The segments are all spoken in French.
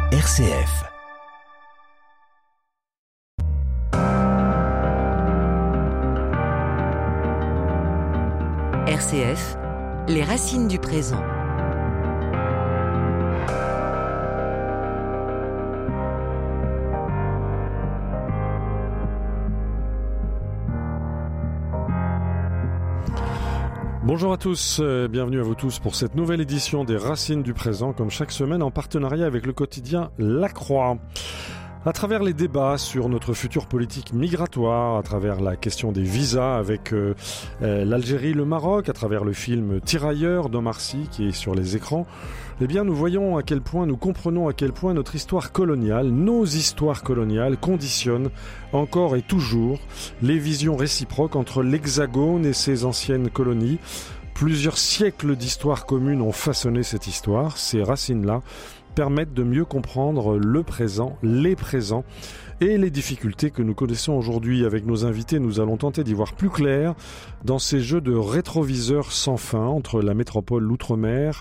RCF. RCF, les racines du présent. Bonjour à tous, bienvenue à vous tous pour cette nouvelle édition des Racines du présent, comme chaque semaine en partenariat avec le quotidien La Croix. À travers les débats sur notre futur politique migratoire, à travers la question des visas avec l'Algérie, le Maroc, à travers le film Tirailleurs d'Omar Sy qui est sur les écrans, eh bien nous voyons à quel point, nous comprenons à quel point notre histoire coloniale, nos histoires coloniales conditionnent encore et toujours les visions réciproques entre l'Hexagone et ses anciennes colonies. Plusieurs siècles d'histoire commune ont façonné cette histoire, ces racines-là permettent de mieux comprendre le présent, les présents et les difficultés que nous connaissons aujourd'hui. Avec nos invités, nous allons tenter d'y voir plus clair dans ces jeux de rétroviseurs sans fin entre la métropole, l'outre-mer,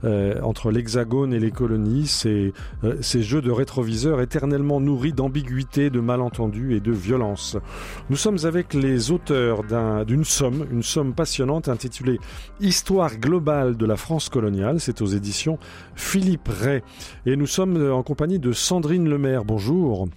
entre l'Hexagone et les colonies, ces jeux de rétroviseurs éternellement nourris d'ambiguïté, de malentendus et de violence. Nous sommes avec les auteurs d'une somme passionnante intitulée « Histoire globale de la France coloniale ». C'est aux éditions Philippe Ray. Et nous sommes en compagnie de Sandrine Lemaire. Bonjour.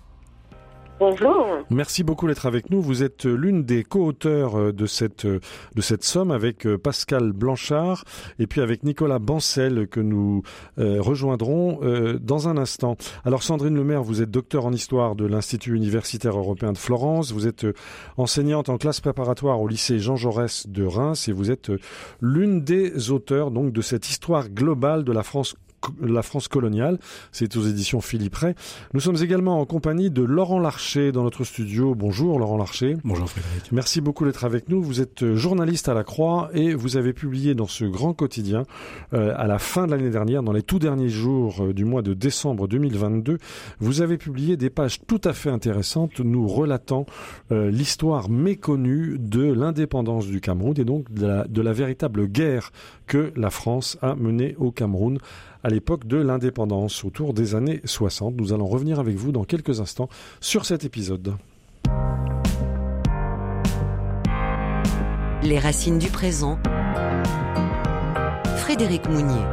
Bonjour. Merci beaucoup d'être avec nous. Vous êtes l'une des co-auteurs de cette somme avec Pascal Blanchard et puis avec Nicolas Bancel que nous rejoindrons dans un instant. Alors Sandrine Lemaire, vous êtes docteur en histoire de l'Institut universitaire européen de Florence. Vous êtes enseignante en classe préparatoire au lycée Jean Jaurès de Reims et vous êtes l'une des auteurs donc de cette histoire globale de la France coloniale, c'est aux éditions Philippe Ray. Nous sommes également en compagnie de Laurent Larcher dans notre studio. Bonjour Laurent Larcher. Bonjour Frédéric. Merci beaucoup d'être avec nous. Vous êtes journaliste à La Croix et vous avez publié dans ce grand quotidien à la fin de l'année dernière, dans les tout derniers jours du mois de décembre 2022, vous avez publié des pages tout à fait intéressantes nous relatant l'histoire méconnue de l'indépendance du Cameroun et donc de la véritable guerre que la France a menée au Cameroun à l'époque de l'indépendance, autour des années 60. Nous allons revenir avec vous dans quelques instants sur cet épisode. Les racines du présent. Frédéric Mounier.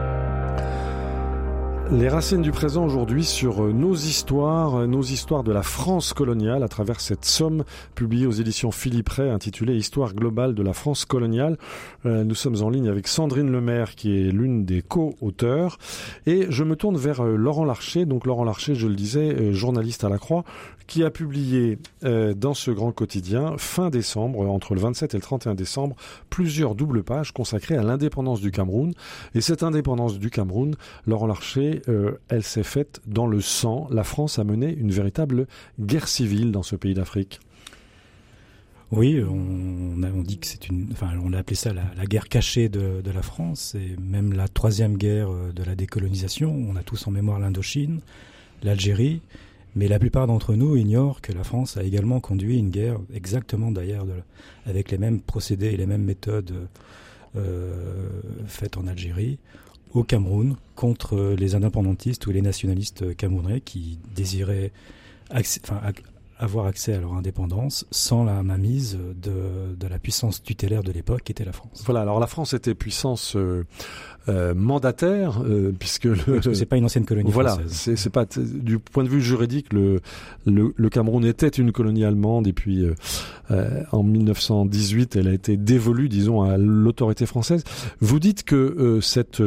Les racines du présent aujourd'hui sur nos histoires de la France coloniale à travers cette somme publiée aux éditions Philippe Ray intitulée Histoire globale de la France coloniale. Nous sommes en ligne avec Sandrine Lemaire qui est l'une des co-auteurs et je me tourne vers Laurent Larcher. Donc Laurent Larcher, je le disais, journaliste à La Croix, qui a publié dans ce grand quotidien fin décembre, entre le 27 et le 31 décembre, plusieurs doubles pages consacrées à l'indépendance du Cameroun. Et cette indépendance du Cameroun, Laurent Larcher, elle s'est faite dans le sang. La France a mené une véritable guerre civile dans ce pays d'Afrique. Oui, on dit que on a appelé ça la guerre cachée de la France, et même la troisième guerre de la décolonisation. On a tous en mémoire l'Indochine, l'Algérie, mais la plupart d'entre nous ignorent que la France a également conduit une guerre exactement d'ailleurs avec les mêmes procédés et les mêmes méthodes faites en Algérie, au Cameroun, contre les indépendantistes ou les nationalistes camerounais qui désiraient avoir accès à leur indépendance sans la mainmise de la puissance tutélaire de l'époque qui était la France. Voilà, alors la France était puissance mandataire puisque parce que c'est pas une ancienne colonie française. Voilà, c'est pas du point de vue juridique le Cameroun était une colonie allemande et puis en 1918 elle a été dévolue disons à l'autorité française. Vous dites que cette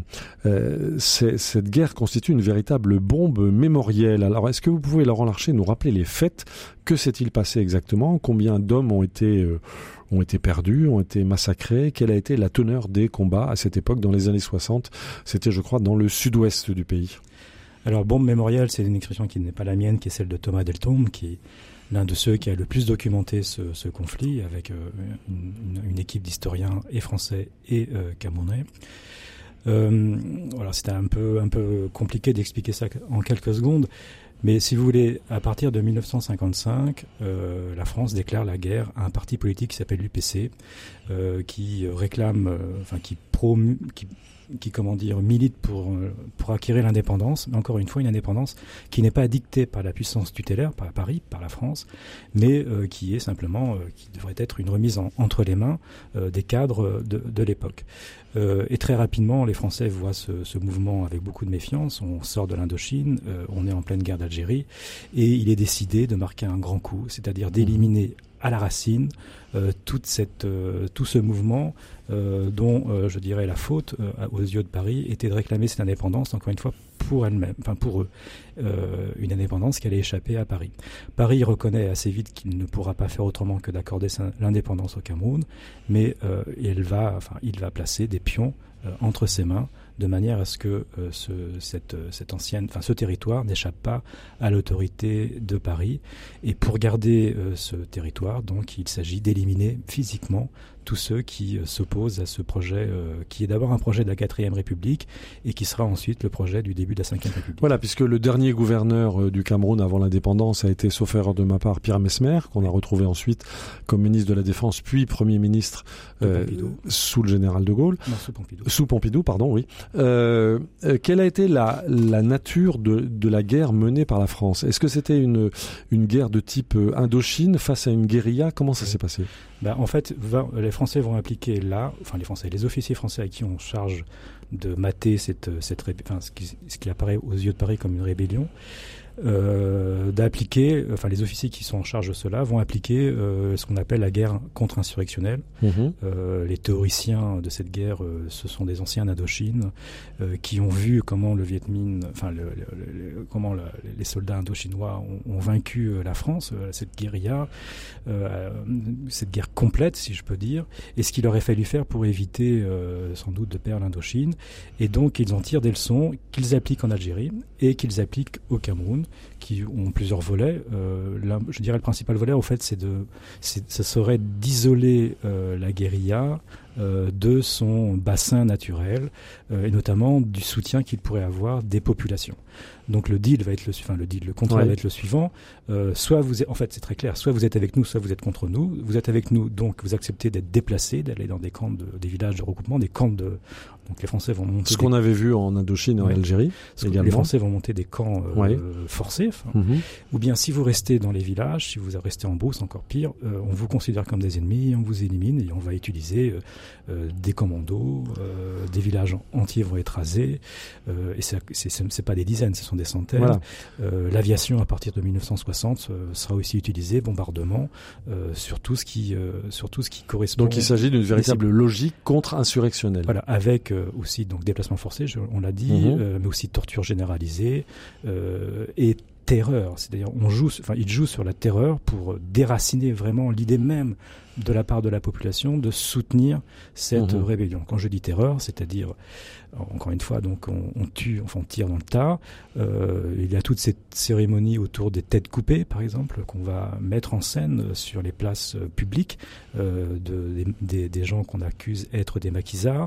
guerre constitue une véritable bombe mémorielle. Alors est-ce que vous pouvez Laurent Larcher nous rappeler les faits? Que s'est-il passé exactement? Combien d'hommes ont été perdus, ont été massacrés? Quelle a été la teneur des combats à cette époque, dans les années 60? C'était, je crois, dans le sud-ouest du pays. Alors, bombe mémoriale, c'est une expression qui n'est pas la mienne, qui est celle de Thomas Deltombe, qui est l'un de ceux qui a le plus documenté ce conflit, avec une équipe d'historiens et français et camerounais. Voilà, c'était un peu compliqué d'expliquer ça en quelques secondes. Mais si vous voulez, à partir de 1955, la France déclare la guerre à un parti politique qui s'appelle l'UPC, qui réclame, qui milite pour acquérir l'indépendance, mais encore une fois une indépendance qui n'est pas dictée par la puissance tutélaire, par Paris, par la France, mais qui est simplement qui devrait être une remise entre les mains des cadres de l'époque. Et très rapidement, les Français voient ce mouvement avec beaucoup de méfiance. On sort de l'Indochine, on est en pleine guerre d'Algérie, et il est décidé de marquer un grand coup, c'est-à-dire d'éliminer à la racine tout ce mouvement dont je dirais la faute aux yeux de Paris était de réclamer cette indépendance, encore une fois pour elle-même, enfin pour eux, une indépendance qui allait échapper à Paris. Paris reconnaît assez vite qu'il ne pourra pas faire autrement que d'accorder l'indépendance au Cameroun, mais il va placer des pions entre ses mains, de manière à ce que ce territoire n'échappe pas à l'autorité de Paris. Et pour garder ce territoire, donc, il s'agit d'éliminer physiquement tous ceux qui s'opposent à ce projet, qui est d'abord un projet de la 4e République et qui sera ensuite le projet du début de la 5e République. Voilà, puisque le dernier gouverneur du Cameroun avant l'indépendance a été, sauf erreur de ma part, Pierre Messmer, qu'on a retrouvé ensuite comme ministre de la Défense, puis Premier ministre sous le général de Gaulle. Non, sous Pompidou. Sous Pompidou, pardon, oui. Quelle a été la nature de la guerre menée par la France ? Est-ce que c'était une guerre de type Indochine face à une guérilla ? Comment ça s'est passé ? En fait, les Français vont impliquer les officiers français à qui on charge de mater ce qui apparaît aux yeux de Paris comme une rébellion, les officiers qui sont en charge de cela vont appliquer ce qu'on appelle la guerre contre-insurrectionnelle. Les théoriciens de cette guerre, ce sont des anciens d'Indochine qui ont vu comment le Viet Minh, comment les soldats indochinois ont vaincu la France, cette guérilla, cette guerre complète, si je peux dire, et ce qu'il aurait fallu faire pour éviter sans doute de perdre l'Indochine. Et donc ils en tirent des leçons qu'ils appliquent en Algérie et qu'ils appliquent au Cameroun, qui ont plusieurs volets. Je dirais le principal volet, au fait, ce serait d'isoler la guérilla de son bassin naturel et notamment du soutien qu'il pourrait avoir des populations. Donc le deal va être le contrat va être le suivant. C'est très clair. Soit vous êtes avec nous, soit vous êtes contre nous. Vous êtes avec nous, donc vous acceptez d'être déplacés, d'aller dans des camps, des villages de regroupement, des camps de. Donc les Français vont monter. Ce qu'on avait vu en Indochine et en Algérie. Les Français vont monter des camps forcés. Ou bien si vous restez dans les villages, si vous restez en brousse, encore pire, on vous considère comme des ennemis, on vous élimine et on va utiliser des commandos, des villages entiers vont être rasés. Et c'est pas des dizaines, ce sont des centaines. Voilà. L'aviation à partir de 1960 sera aussi utilisée, bombardement sur tout ce qui correspond. Donc il s'agit d'une véritable logique contre-insurrectionnelle. Voilà, avec aussi donc déplacement forcé, on l'a dit, mais aussi torture généralisée et terreur. C'est-à-dire il joue sur la terreur pour déraciner vraiment l'idée même de la part de la population de soutenir cette rébellion. Quand je dis terreur, c'est-à-dire, encore une fois, donc on tire dans le tas. Il y a toute cette cérémonie autour des têtes coupées, par exemple, qu'on va mettre en scène sur les places publiques des gens qu'on accuse être des maquisards,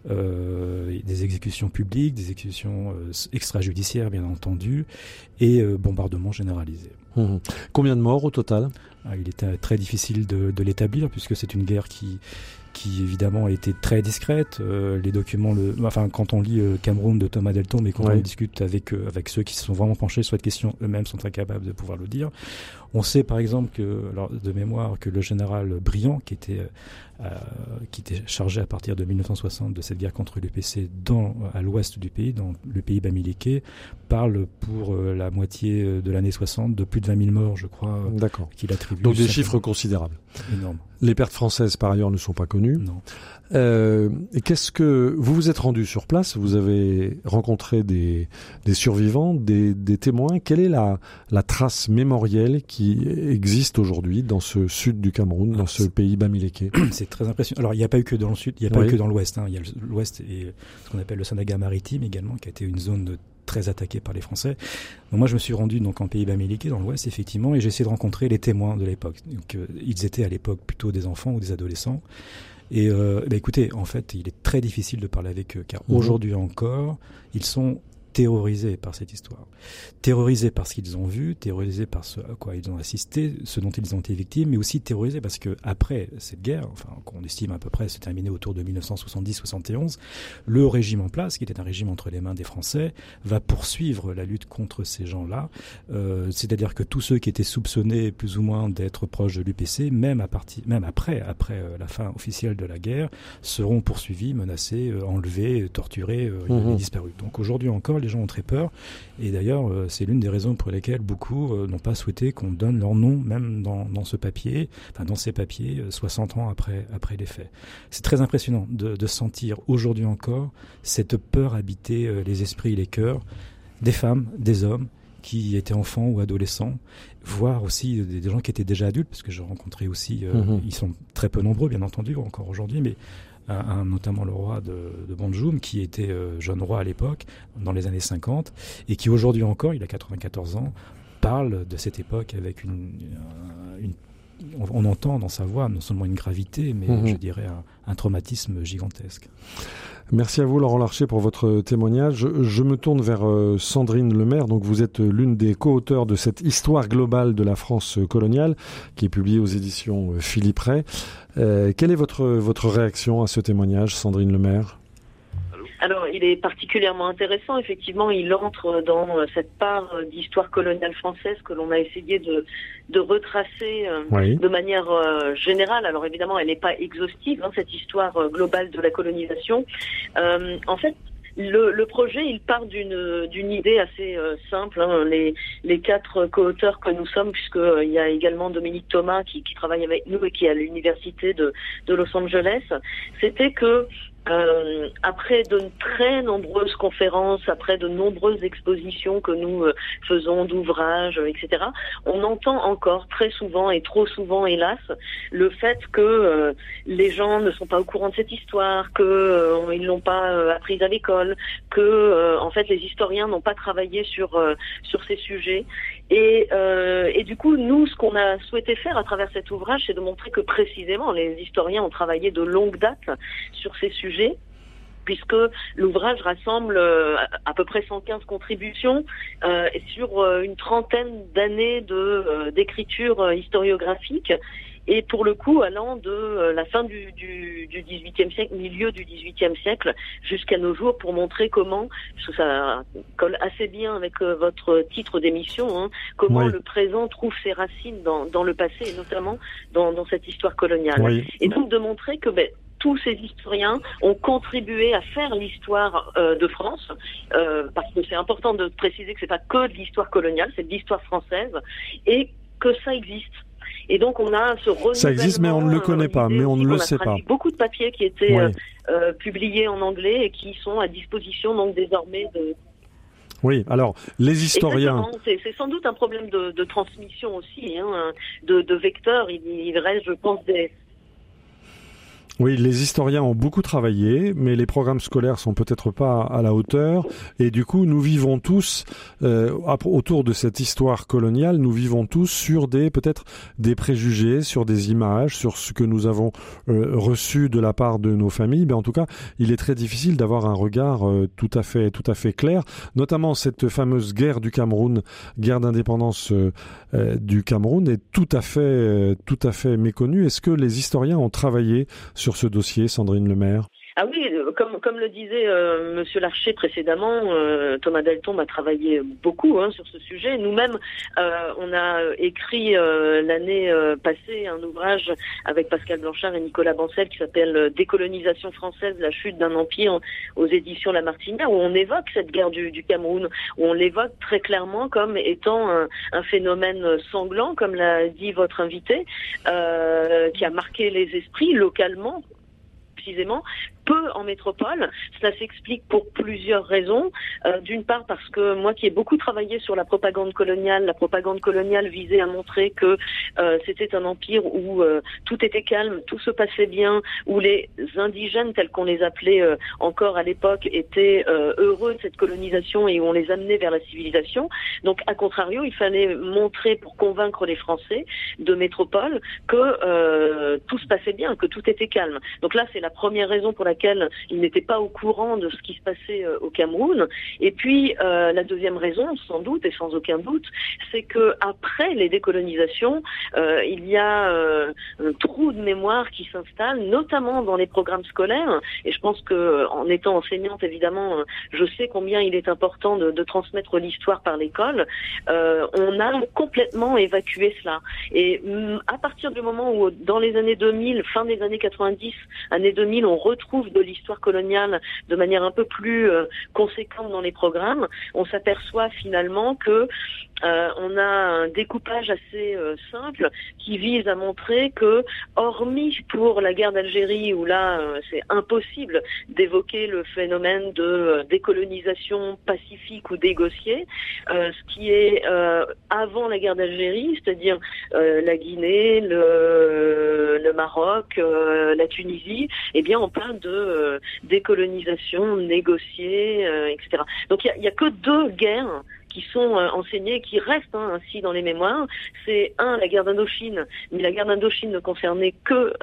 des exécutions publiques, des exécutions extrajudiciaires, bien entendu, et bombardements généralisés. Combien de morts au total ? Il était très difficile de l'établir puisque c'est une guerre qui évidemment a été très discrète. Les documents, quand on lit Cameroun de Thomas Deltombe et quand on discute avec ceux qui se sont vraiment penchés sur cette question, eux-mêmes sont incapables de pouvoir le dire. On sait par exemple de mémoire que le général Briand, qui était chargé à partir de 1960 de cette guerre contre l'UPC à l'ouest du pays, dans le pays bamileke, parle pour la moitié de l'année 60 de plus de 20 000 morts, je crois, qu'il attribue. Donc des chiffres considérables. Énormes. Les pertes françaises, par ailleurs, ne sont pas connues. Non. Et qu'est-ce que vous vous êtes rendu sur place ? Vous avez rencontré des survivants, des témoins. Quelle est la trace mémorielle qui existe aujourd'hui dans ce sud du Cameroun, dans ce pays bamileke ? C'est très impressionnant. Alors, il n'y a pas eu que dans le sud, il n'y a pas eu que dans l'ouest. Il y a l'ouest et ce qu'on appelle le Sanaga maritime également, qui a été une zone très attaquée par les Français. Donc moi, je me suis rendu donc en pays bamileke, dans l'ouest, effectivement, et j'ai essayé de rencontrer les témoins de l'époque. Donc, ils étaient à l'époque plutôt des enfants ou des adolescents. Et écoutez, en fait, il est très difficile de parler avec eux, car aujourd'hui encore, ils sont terrorisés par cette histoire. Terrorisés par ce qu'ils ont vu, terrorisés par ce à quoi ils ont assisté, ce dont ils ont été victimes, mais aussi terrorisés parce que après cette guerre, enfin, qu'on estime à peu près se terminer autour de 1970-71, le régime en place, qui était un régime entre les mains des Français, va poursuivre la lutte contre ces gens-là. C'est-à-dire que tous ceux qui étaient soupçonnés plus ou moins d'être proches de l'UPC, même après la fin officielle de la guerre, seront poursuivis, menacés, enlevés, torturés, disparus. Donc aujourd'hui encore, les gens ont très peur. Et d'ailleurs, c'est l'une des raisons pour lesquelles beaucoup n'ont pas souhaité qu'on donne leur nom, même dans ces papiers, 60 ans après les faits. C'est très impressionnant de sentir aujourd'hui encore cette peur habiter les esprits et les cœurs des femmes, des hommes qui étaient enfants ou adolescents, voire aussi des gens qui étaient déjà adultes, parce que j'ai rencontré aussi, ils sont très peu nombreux bien entendu encore aujourd'hui, mais notamment le roi de Bonjoum, qui était jeune roi à l'époque, dans les années 50, et qui aujourd'hui encore, il a 94 ans, parle de cette époque avec on entend dans sa voix non seulement une gravité, mais je dirais un traumatisme gigantesque. Merci à vous, Laurent Larcher, pour votre témoignage. Je me tourne vers Sandrine Lemaire. Donc, vous êtes l'une des co-auteurs de cette histoire globale de la France coloniale, qui est publiée aux éditions Philippe Ray. Quelle est votre réaction à ce témoignage, Sandrine Lemaire ? Alors, il est particulièrement intéressant. Effectivement, il entre dans cette part d'histoire coloniale française que l'on a essayé de retracer de manière générale. Alors, évidemment, elle n'est pas exhaustive, cette histoire globale de la colonisation. En fait, le projet, il part d'une idée assez simple. Les 4 co-auteurs que nous sommes, puisqu'il y a également Dominique Thomas qui travaille avec nous et qui est à l'université de Los Angeles, c'était que après de très nombreuses conférences, après de nombreuses expositions que nous faisons d'ouvrages, etc., on entend encore très souvent et trop souvent, hélas, le fait que les gens ne sont pas au courant de cette histoire, que ils l'ont pas apprise à l'école, que en fait les historiens n'ont pas travaillé sur ces sujets. Et du coup, nous, ce qu'on a souhaité faire à travers cet ouvrage, c'est de montrer que précisément les historiens ont travaillé de longue date sur ces sujets, puisque l'ouvrage rassemble à peu près 115 contributions sur une trentaine d'années d'écriture historiographique. Et pour le coup, allant de la fin du XVIIIe siècle, milieu du XVIIIe siècle, jusqu'à nos jours, pour montrer comment, parce que ça colle assez bien avec votre titre d'émission, comment le présent trouve ses racines dans le passé, et notamment dans cette histoire coloniale. Oui. Et donc de montrer que tous ces historiens ont contribué à faire l'histoire de France, parce que c'est important de préciser que c'est pas que de l'histoire coloniale, c'est de l'histoire française, et que ça existe. Et donc on a ce renouvellement. Ça existe, mais on ne le connaît pas, mais on ne le sait pas. Beaucoup de papiers qui étaient publiés en anglais et qui sont à disposition donc désormais de. Oui, alors les historiens. C'est sans doute un problème de transmission aussi, de vecteurs. Il reste, je pense, des. Oui, les historiens ont beaucoup travaillé, mais les programmes scolaires sont peut-être pas à la hauteur. Et du coup, nous vivons tous, autour de cette histoire coloniale, nous vivons tous sur peut-être des préjugés, sur des images, sur ce que nous avons reçu de la part de nos familles. Mais en tout cas, il est très difficile d'avoir un regard tout à fait clair. Notamment cette fameuse guerre du Cameroun, guerre d'indépendance du Cameroun, est tout à fait méconnue. Est-ce que les historiens ont travaillé sur ce dossier, Sandrine Lemaire? Ah oui, comme le disait Monsieur Larcher précédemment, Thomas Deltombe a travaillé beaucoup sur ce sujet. Nous-mêmes, on a écrit l'année passée un ouvrage avec Pascal Blanchard et Nicolas Bancel qui s'appelle Décolonisation française, la chute d'un empire aux éditions La Martinière, où on évoque cette guerre du Cameroun, où on l'évoque très clairement comme étant un phénomène sanglant, comme l'a dit votre invité, qui a marqué les esprits localement, précisément, peu en métropole. Cela s'explique pour plusieurs raisons. D'une part parce que moi qui ai beaucoup travaillé sur la propagande coloniale visait à montrer que c'était un empire où tout était calme, tout se passait bien, où les indigènes tels qu'on les appelait encore à l'époque étaient heureux de cette colonisation et où on les amenait vers la civilisation. Donc à contrario, il fallait montrer pour convaincre les Français de métropole que tout se passait bien, que tout était calme. Donc là, c'est la première raison pour laquelle il n'était pas au courant de ce qui se passait au Cameroun. Et puis la deuxième raison, sans doute et sans aucun doute, c'est que après les décolonisations, il y a un trou de mémoire qui s'installe, notamment dans les programmes scolaires. Et je pense que, en étant enseignante, évidemment, je sais combien il est important de transmettre l'histoire par l'école. On a complètement évacué cela. Et à partir du moment où, dans les années 2000, fin des années 90, années 2000, on retrouve de l'histoire coloniale de manière un peu plus conséquente dans les programmes, on s'aperçoit finalement que on a un découpage assez simple qui vise à montrer que, hormis pour la guerre d'Algérie, où là c'est impossible d'évoquer le phénomène de décolonisation pacifique ou négociée, ce qui est avant la guerre d'Algérie, c'est-à-dire la Guinée, le Maroc, la Tunisie, eh bien on parle de décolonisation négociée, etc. Donc il y a que 2 guerres qui sont enseignés, qui restent ainsi dans les mémoires. C'est la guerre d'Indochine, mais la guerre d'Indochine ne concernait que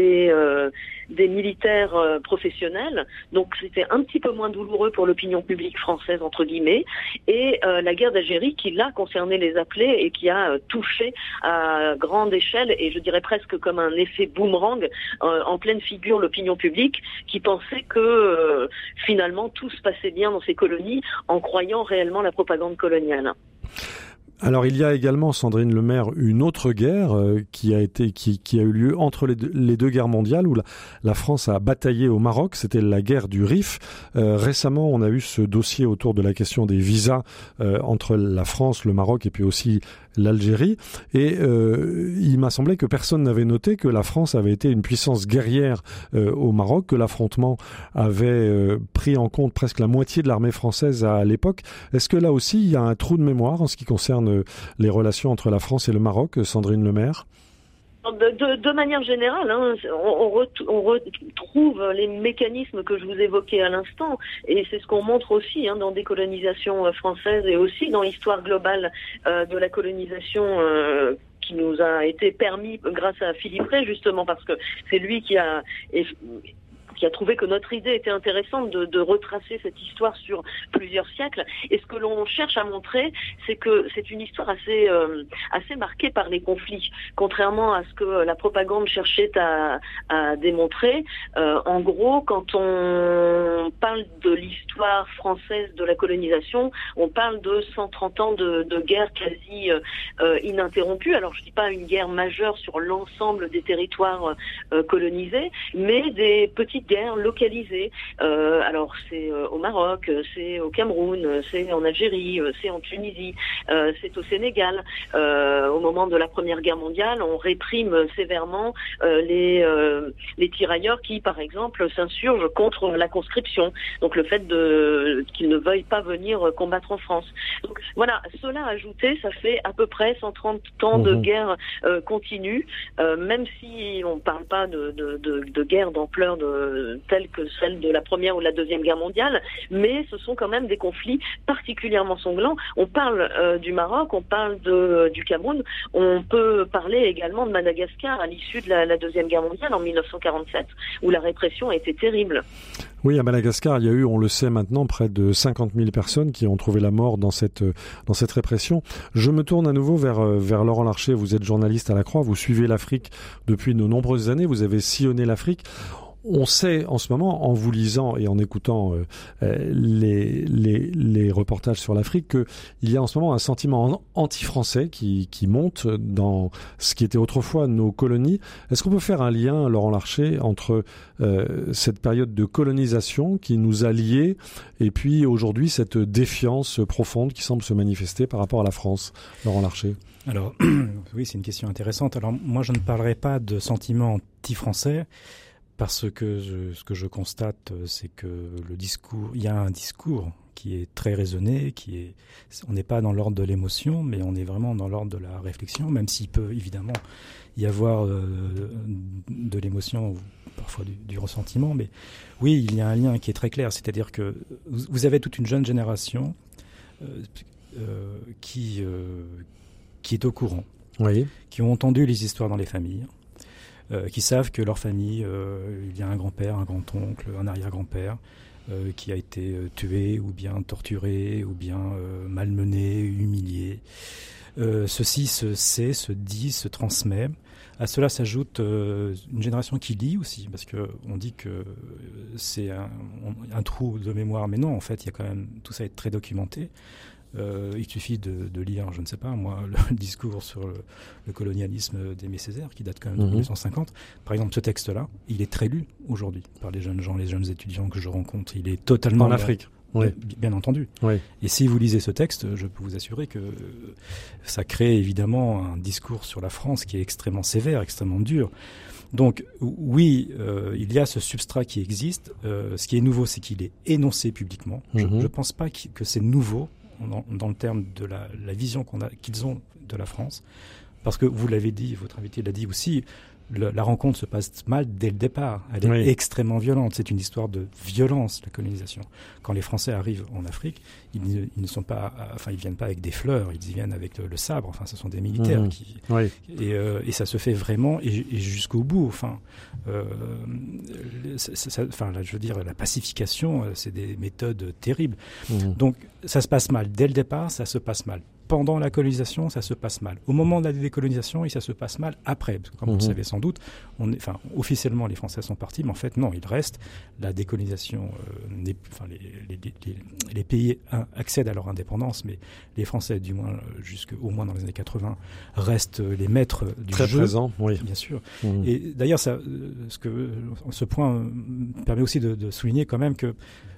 des militaires professionnels, donc c'était un petit peu moins douloureux pour l'opinion publique française, entre guillemets, et la guerre d'Algérie qui là concernait les appelés et qui a touché à grande échelle, et je dirais presque comme un effet boomerang en pleine figure l'opinion publique, qui pensait que finalement tout se passait bien dans ces colonies en croyant réellement la propagande coloniale. Alors il y a également, Sandrine Lemaire, une autre guerre qui a eu lieu entre les deux guerres mondiales, où la France a bataillé au Maroc. C'était la guerre du Rif. Récemment, on a eu ce dossier autour de la question des visas entre la France, le Maroc et puis aussi l'Algérie. Et il m'a semblé que personne n'avait noté que la France avait été une puissance guerrière au Maroc, que l'affrontement avait pris en compte presque la moitié de l'armée française à l'époque. Est-ce que là aussi, il y a un trou de mémoire en ce qui concerne les relations entre la France et le Maroc, Sandrine Lemaire? De manière générale, on retrouve les mécanismes que je vous évoquais à l'instant, et c'est ce qu'on montre aussi dans Décolonisation française et aussi dans l'histoire globale de la colonisation qui nous a été permis grâce à Philippe Rey, justement, parce que c'est lui qui a trouvé que notre idée était intéressante de retracer cette histoire sur plusieurs siècles. Et ce que l'on cherche à montrer, c'est que c'est une histoire assez marquée par les conflits. Contrairement à ce que la propagande cherchait à démontrer, en gros, quand on parle de l'histoire française de la colonisation, on parle de 130 ans de guerre quasi ininterrompue. Alors je dis pas une guerre majeure sur l'ensemble des territoires colonisés, mais des petites guerres localisées. Alors c'est au Maroc, c'est au Cameroun, c'est en Algérie, c'est en Tunisie, c'est au Sénégal. Au moment de la Première Guerre mondiale, on réprime sévèrement les tirailleurs qui, par exemple, s'insurgent contre la conscription. Donc le fait qu'ils ne veuillent pas venir combattre en France. Donc voilà, cela ajouté, ça fait à peu près 130 ans de guerre continue, même si on ne parle pas de guerre d'ampleur telle que celle de la Première ou la Deuxième Guerre mondiale, mais ce sont quand même des conflits particulièrement sanglants. On parle du Maroc, on parle du Cameroun, on peut parler également de Madagascar à l'issue de la Deuxième Guerre mondiale en 1947, où la répression a été terrible. Oui, à Madagascar, il y a eu, on le sait maintenant, près de 50 000 personnes qui ont trouvé la mort dans cette répression. Je me tourne à nouveau vers Laurent Larcher. Vous êtes journaliste à La Croix, vous suivez l'Afrique depuis de nombreuses années, vous avez sillonné l'Afrique. On sait en ce moment, en vous lisant et en écoutant les reportages sur l'Afrique, qu'il y a en ce moment un sentiment anti-français qui monte dans ce qui était autrefois nos colonies. Est-ce qu'on peut faire un lien, Laurent Larcher, entre cette période de colonisation qui nous a liés et puis aujourd'hui cette défiance profonde qui semble se manifester par rapport à la France, Laurent Larcher? Alors, oui, c'est une question intéressante. Alors, moi, je ne parlerai pas de sentiment anti-français, parce que ce que je constate, c'est que il y a un discours qui est très raisonné, on n'est pas dans l'ordre de l'émotion, mais on est vraiment dans l'ordre de la réflexion, même s'il peut évidemment y avoir de l'émotion ou parfois du ressentiment. Mais oui, il y a un lien qui est très clair, c'est-à-dire que vous avez toute une jeune génération qui est au courant, oui, qui ont entendu les histoires dans les familles, qui savent que leur famille, il y a un grand-père, un grand-oncle, un arrière-grand-père, qui a été tué ou bien torturé ou bien malmené, humilié. Ceci se sait, se dit, se transmet. À cela s'ajoute une génération qui lit aussi, parce que on dit que c'est un trou de mémoire, mais non, en fait, il y a quand même tout ça est très documenté. Il suffit de lire, je ne sais pas moi, le discours sur le colonialisme d'Aimé Césaire, qui date quand même de 1950. Par exemple, ce texte-là, il est très lu aujourd'hui par les jeunes gens, les jeunes étudiants que je rencontre. Il est totalement en Afrique. Oui. Bien entendu. Oui. Et si vous lisez ce texte, je peux vous assurer que ça crée évidemment un discours sur la France qui est extrêmement sévère, extrêmement dur. Donc oui, il y a ce substrat qui existe. Ce qui est nouveau, c'est qu'il est énoncé publiquement. Je ne pense pas que c'est nouveau dans le terme de la vision qu'ils ont de la France. Parce que vous l'avez dit, votre invité l'a dit aussi, la rencontre se passe mal dès le départ. Elle est extrêmement violente. C'est une histoire de violence, la colonisation. Quand les Français arrivent en Afrique, ils ne sont pas, ils viennent pas avec des fleurs, ils y viennent avec le sabre. Enfin, ce sont des militaires et ça se fait vraiment et jusqu'au bout. Je veux dire, la pacification, c'est des méthodes terribles. Donc, ça se passe mal dès le départ, ça se passe mal. Pendant la colonisation, ça se passe mal. Au moment de la décolonisation, et ça se passe mal après. Parce que comme vous le savez sans doute, officiellement, les Français sont partis, mais en fait, non, ils restent. La décolonisation, les pays accèdent à leur indépendance, mais les Français, du moins, au moins dans les années 80, restent les maîtres du jeu. Très présents, oui. Bien sûr. Et d'ailleurs, ce point permet aussi de souligner quand même que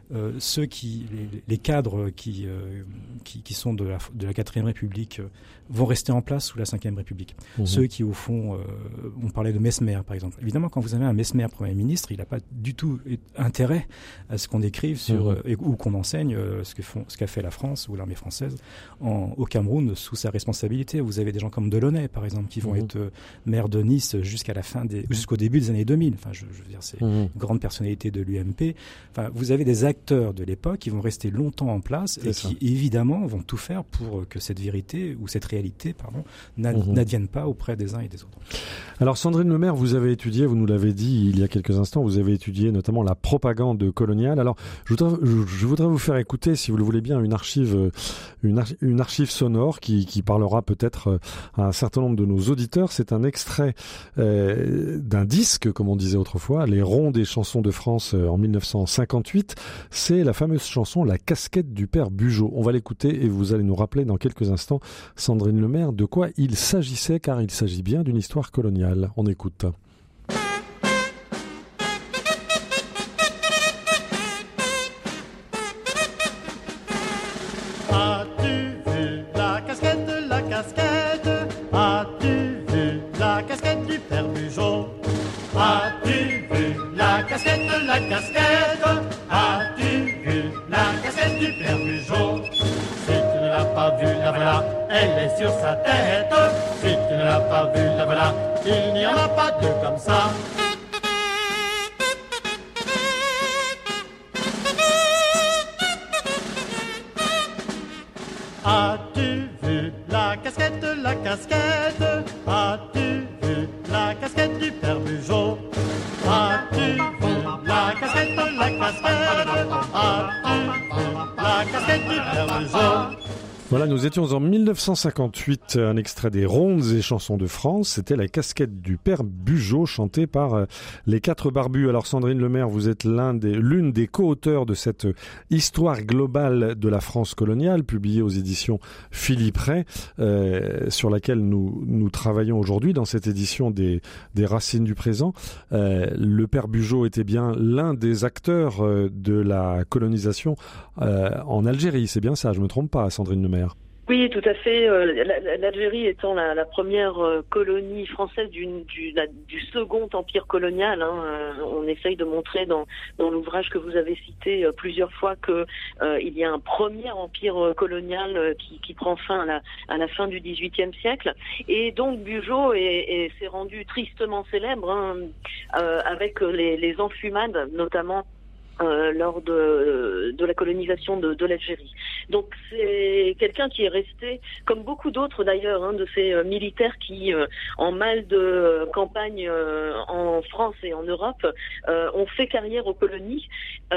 les cadres qui sont de la 4e République vont rester en place sous la 5e République. Ceux qui, au fond, on parlait de Mesmer, par exemple. Évidemment, quand vous avez un Mesmer Premier ministre, il n'a pas du tout intérêt à ce qu'on écrive ou qu'on enseigne ce qu'a fait la France ou l'armée française au Cameroun sous sa responsabilité. Vous avez des gens comme Delaunay, par exemple, qui vont être maire de Nice jusqu'au début des années 2000. Enfin, je veux dire, c'est une grande personnalité de l'UMP. Enfin, vous avez des acteurs de l'époque qui vont rester longtemps en place et qui, évidemment, vont tout faire pour que cette vérité ou cette réalité, n'advienne pas auprès des uns et des autres. Alors, Sandrine Lemaire, vous avez étudié, vous nous l'avez dit il y a quelques instants, vous avez étudié notamment la propagande coloniale. Alors, je voudrais vous faire écouter, si vous le voulez bien, une archive sonore qui parlera peut-être à un certain nombre de nos auditeurs. C'est un extrait d'un disque, comme on disait autrefois, Les Ronds des chansons de France en 1958. C'est la fameuse chanson La casquette du père Bugeaud. On va l'écouter et vous allez nous rappeler dans quelques instants, Sandrine Lemaire, de quoi il s'agissait, car il s'agit bien d'une histoire coloniale. On écoute. As-tu vu la casquette, la casquette? As-tu vu la casquette du père Bugeaud? As-tu vu la casquette, la casquette? As-tu vu la casquette du père Bugeaud? Si tu ne l'as pas vue, la voilà, elle est sur sa tête. Si tu ne l'as pas vue, la voilà, il n'y en a pas deux comme ça. As-tu vu la casquette, la casquette? As-tu vu la casquette du père Bugeaud? As-tu vu la casquette, la casquette? As-tu vu la casquette du père Bugeaud? Voilà, nous étions en 1958, un extrait des Rondes et chansons de France. C'était La casquette du père Bugeaud, chantée par les 4 barbus. Alors Sandrine Lemaire, vous êtes l'une des co-auteurs de cette histoire globale de la France coloniale, publiée aux éditions Philippe Ray, sur laquelle nous travaillons aujourd'hui dans cette édition des Racines du présent. Le père Bugeaud était bien l'un des acteurs de la colonisation en Algérie. C'est bien ça, je me trompe pas, Sandrine Lemaire? Oui, tout à fait. L'Algérie étant la première colonie française du second empire colonial, on essaye de montrer dans l'ouvrage que vous avez cité plusieurs fois que il y a un premier empire colonial qui prend fin à la fin du XVIIIe siècle. Et donc Bugeaud s'est rendu tristement célèbre avec les enfumades, notamment lors de la colonisation de l'Algérie. Donc c'est quelqu'un qui est resté, comme beaucoup d'autres d'ailleurs, de ces militaires qui, en mal de campagne en France et en Europe, ont fait carrière aux colonies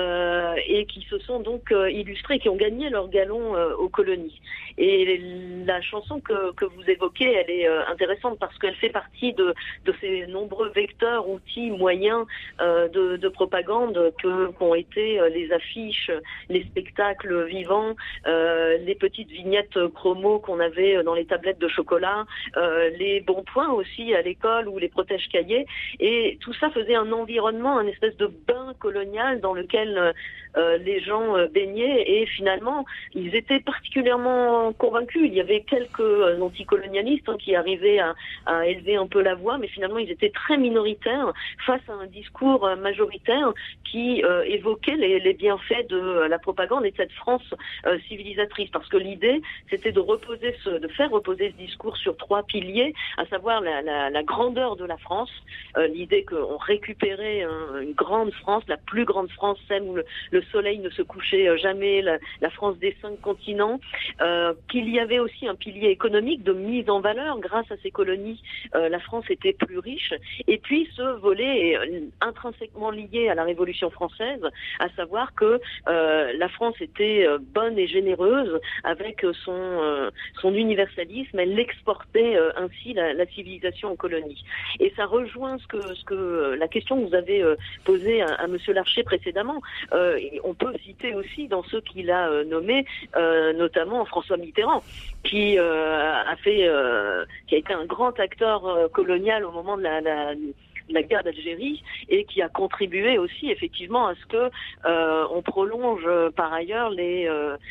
et qui se sont donc illustrés, qui ont gagné leur galon aux colonies. Et la chanson que vous évoquez, elle est intéressante parce qu'elle fait partie de ces nombreux vecteurs, outils, moyens de propagande qu'ont été les affiches, les spectacles vivants, les petites vignettes promo qu'on avait dans les tablettes de chocolat, les bons points aussi à l'école ou les protège-cahiers. Et tout ça faisait un environnement, un espèce de bain colonial dans lequel les gens baignaient et finalement ils étaient particulièrement convaincus. Il y avait quelques anticolonialistes qui arrivaient à élever un peu la voix, mais finalement ils étaient très minoritaires face à un discours majoritaire qui évoquait les bienfaits de la propagande et de cette France civilisatrice. Parce que l'idée, c'était de faire reposer ce discours sur 3 piliers, à savoir la grandeur de la France, l'idée qu'on récupérait une grande France, la plus grande France, celle où le soleil ne se couchait jamais, la France des 5 continents, qu'il y avait aussi un pilier économique de mise en valeur. Grâce à ces colonies, la France était plus riche. Et puis ce volet est intrinsèquement lié à la Révolution française, à savoir que la France était bonne et généreuse avec son universalisme. Elle exportait ainsi la civilisation en colonie. Et ça rejoint ce que la question que vous avez posée à Monsieur Larcher précédemment. On peut citer aussi dans ceux qu'il a nommés, notamment François Mitterrand, qui a été un grand acteur colonial au moment de la guerre d'Algérie et qui a contribué aussi effectivement à ce que on prolonge par ailleurs les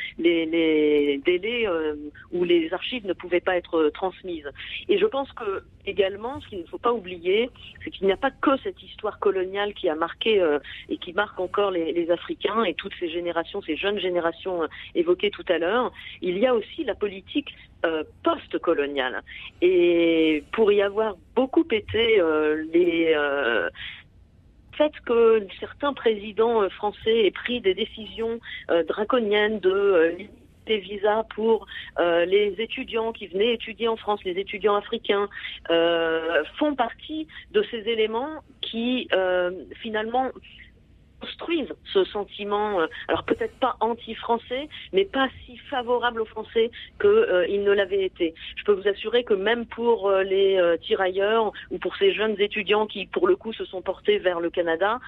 délais où les archives ne pouvaient pas être transmises. Et je pense que également, ce qu'il ne faut pas oublier, c'est qu'il n'y a pas que cette histoire coloniale qui a marqué et qui marque encore les Africains et toutes ces générations, ces jeunes générations évoquées tout à l'heure. Il y a aussi la politique post-coloniale. Et pour y avoir beaucoup été le fait que certains présidents français aient pris des décisions draconiennes de des visas pour les étudiants qui venaient étudier en France, les étudiants africains, font partie de ces éléments qui finalement construisent ce sentiment, alors peut-être pas anti-français, mais pas si favorable aux Français qu'il ne l'avait été. Je peux vous assurer que même pour les tirailleurs ou pour ces jeunes étudiants qui, pour le coup, se sont portés vers le Canada,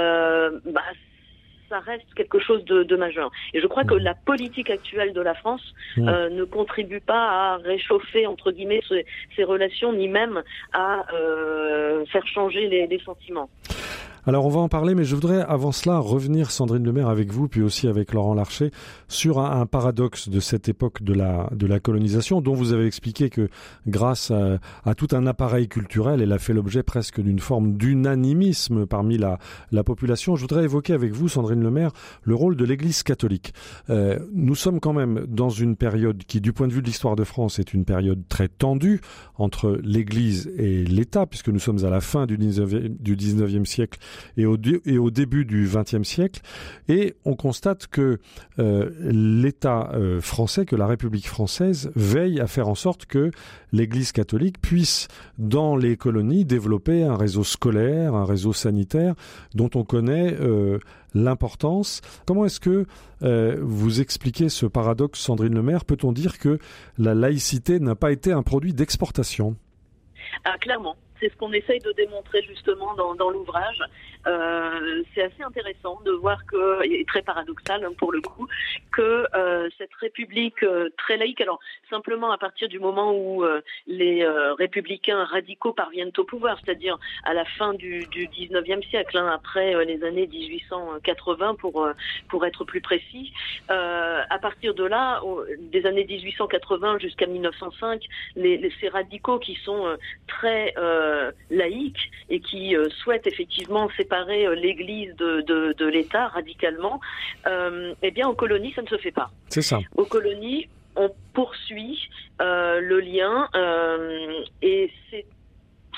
ça reste quelque chose de majeur. Et je crois que la politique actuelle de la France ne contribue pas à réchauffer, entre guillemets, ces relations, ni même à faire changer les sentiments. Alors on va en parler, mais je voudrais avant cela revenir, Sandrine Lemaire, avec vous, puis aussi avec Laurent Larcher, sur un paradoxe de cette époque de la colonisation, dont vous avez expliqué que grâce à tout un appareil culturel, elle a fait l'objet presque d'une forme d'unanimisme parmi la population. Je voudrais évoquer avec vous, Sandrine Lemaire, le rôle de l'Église catholique. Nous sommes quand même dans une période qui, du point de vue de l'histoire de France, est une période très tendue entre l'Église et l'État, puisque nous sommes à la fin du 19e siècle et au début du XXe siècle, et on constate que l'État français, que la République française veille à faire en sorte que l'Église catholique puisse, dans les colonies, développer un réseau scolaire, un réseau sanitaire, dont on connaît l'importance. Comment est-ce que vous expliquez ce paradoxe, Sandrine Lemaire? Peut-on dire que la laïcité n'a pas été un produit d'exportation? Clairement. C'est ce qu'on essaye de démontrer justement dans l'ouvrage. C'est assez intéressant de voir que, et très paradoxal pour le coup, que cette République très laïque, alors simplement à partir du moment où les républicains radicaux parviennent au pouvoir, c'est-à-dire à la fin du 19e siècle, après les années 1880 pour être plus précis, à partir de là, des années 1880 jusqu'à 1905, ces radicaux qui sont très laïques et qui souhaitent effectivement séparer l'Église de l'État radicalement, eh bien, aux colonies, ça ne se fait pas. C'est ça. Aux colonies, on poursuit le lien et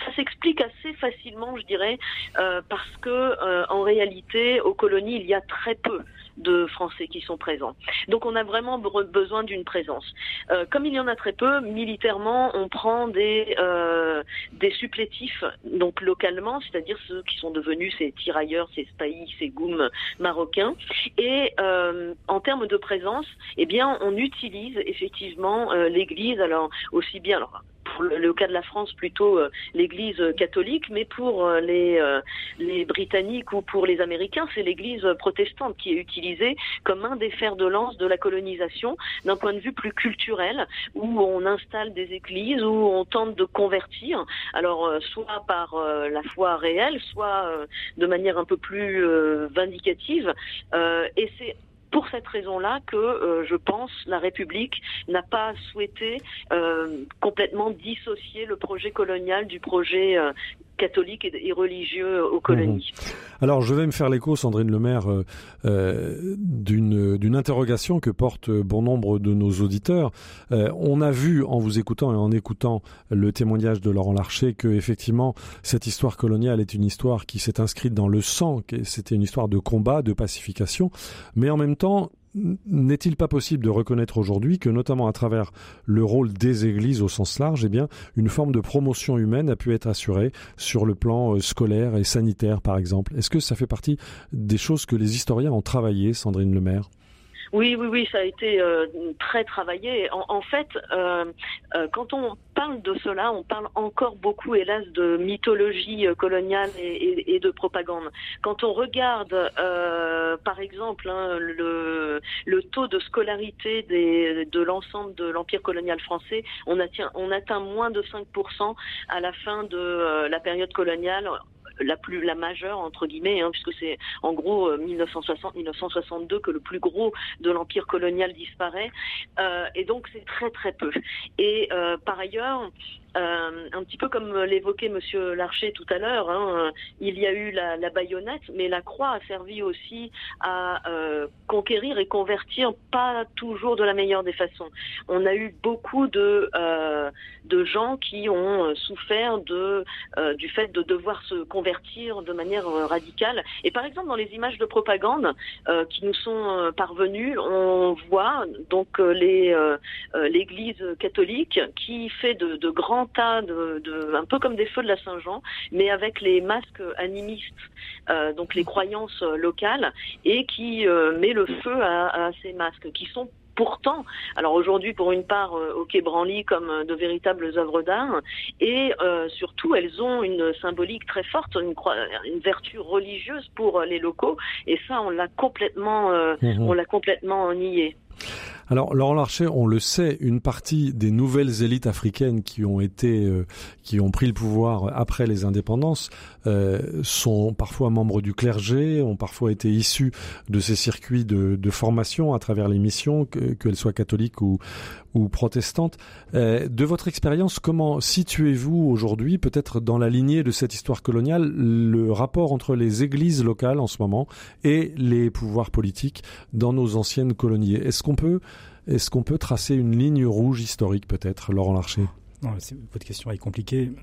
ça s'explique assez facilement, je dirais, parce que en réalité, aux colonies, il y a très peu de Français qui sont présents. Donc on a vraiment besoin d'une présence. Comme il y en a très peu, militairement, on prend des supplétifs, donc localement, c'est-à-dire ceux qui sont devenus ces tirailleurs, ces spahis, ces goums marocains. Et en termes de présence, eh bien, on utilise effectivement l'Église, alors aussi bien, alors pour le cas de la France, plutôt l'Église catholique, mais pour les Britanniques ou pour les Américains, c'est l'Église protestante qui est utilisée comme un des fers de lance de la colonisation, d'un point de vue plus culturel, où on installe des églises, où on tente de convertir, alors soit par la foi réelle, soit de manière un peu plus vindicative, et c'est pour cette raison-là que, je pense, la République n'a pas souhaité complètement dissocier le projet colonial du projet catholique et religieux aux colonies. Alors, je vais me faire l'écho, Sandrine Lemaire, d'une interrogation que porte bon nombre de nos auditeurs. On a vu, en vous écoutant et en écoutant le témoignage de Laurent Larcher, que effectivement, cette histoire coloniale est une histoire qui s'est inscrite dans le sang, que c'était une histoire de combat, de pacification, mais en même temps, n'est-il pas possible de reconnaître aujourd'hui que, notamment à travers le rôle des églises au sens large, eh bien, une forme de promotion humaine a pu être assurée sur le plan scolaire et sanitaire, par exemple? Est-ce que ça fait partie des choses que les historiens ont travaillées, Sandrine Lemaire? Oui, ça a été très travaillé. En fait, quand on parle de cela, on parle encore beaucoup, hélas, de mythologie coloniale et de propagande. Quand on regarde, par exemple, le taux de scolarité de l'ensemble de l'Empire colonial français, on atteint moins de 5% à la fin de la période coloniale. La majeure, entre guillemets, puisque c'est en gros 1960-1962 que le plus gros de l'empire colonial disparaît, et donc c'est très très peu. Et par ailleurs, un petit peu comme l'évoquait Monsieur Larcher tout à l'heure, il y a eu la baïonnette, mais la croix a servi aussi à conquérir et convertir, pas toujours de la meilleure des façons. On a eu beaucoup de gens qui ont souffert du fait de devoir se convertir de manière radicale. Et par exemple, dans les images de propagande qui nous sont parvenues, on voit donc l'Église catholique qui fait de grands tas un peu comme des feux de la Saint-Jean, mais avec les masques animistes, donc les croyances locales, et qui met le feu à ces masques qui sont pourtant, alors aujourd'hui pour une part au Quai Branly comme de véritables œuvres d'art, et surtout elles ont une symbolique très forte, une vertu religieuse pour les locaux, et ça on l'a complètement nié. Alors, Laurent Larcher, on le sait, une partie des nouvelles élites africaines qui ont pris le pouvoir après les indépendances, sont parfois membres du clergé, ont parfois été issus de ces circuits de formation à travers les missions, qu'elles soient catholiques ou protestantes. De votre expérience, comment situez-vous aujourd'hui, peut-être dans la lignée de cette histoire coloniale, le rapport entre les églises locales en ce moment et les pouvoirs politiques dans nos anciennes colonies? Est-ce qu'on peut tracer une ligne rouge historique, peut-être, Laurent Larcher? Non, votre question est compliquée.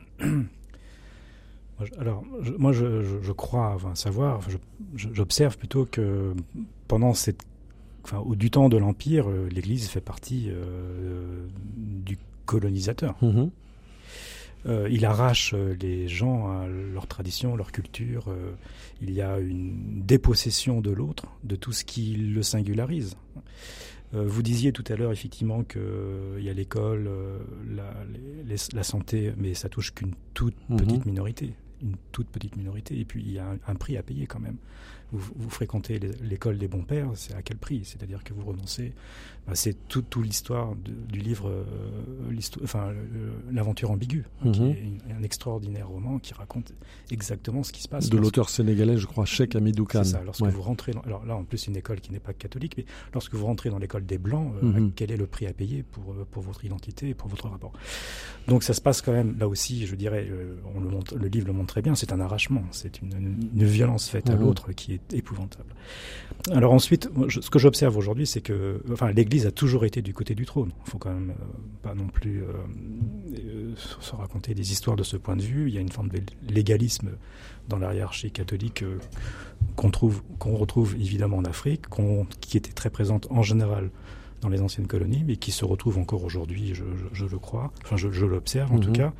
Moi, je crois savoir, j'observe plutôt que pendant du temps de l'Empire, l'Église fait partie du colonisateur. Il arrache les gens à leur tradition, leur culture. Il y a une dépossession de l'autre, de tout ce qui le singularise. Vous disiez tout à l'heure effectivement qu'il y a l'école, la santé, mais ça touche qu'une toute petite minorité. Une toute petite minorité. Et puis il y a un prix à payer quand même. Vous fréquentez l'école des bons pères, c'est à quel prix? C'est-à-dire que vous renoncez. C'est toute l'histoire du livre, l'aventure ambiguë, qui est un extraordinaire roman qui raconte exactement ce qui se passe. De l'auteur sénégalais, je crois, Cheikh Hamidou Kane. C'est ça. Lorsque vous rentrez alors là, en plus, une école qui n'est pas catholique, mais lorsque vous rentrez dans l'école des Blancs, quel est le prix à payer pour votre identité et pour votre rapport? Donc ça se passe quand même, là aussi, je dirais, le livre le montre très bien, c'est un arrachement, c'est une violence faite à l'autre qui est est épouvantable. Alors ensuite, ce que j'observe aujourd'hui, c'est que l'Église a toujours été du côté du trône. Il faut quand même pas non plus se raconter des histoires de ce point de vue. Il y a une forme de légalisme dans la hiérarchie catholique qu'on retrouve évidemment en Afrique, qui était très présente en général dans les anciennes colonies, mais qui se retrouve encore aujourd'hui, je le crois. Enfin, je l'observe en tout cas.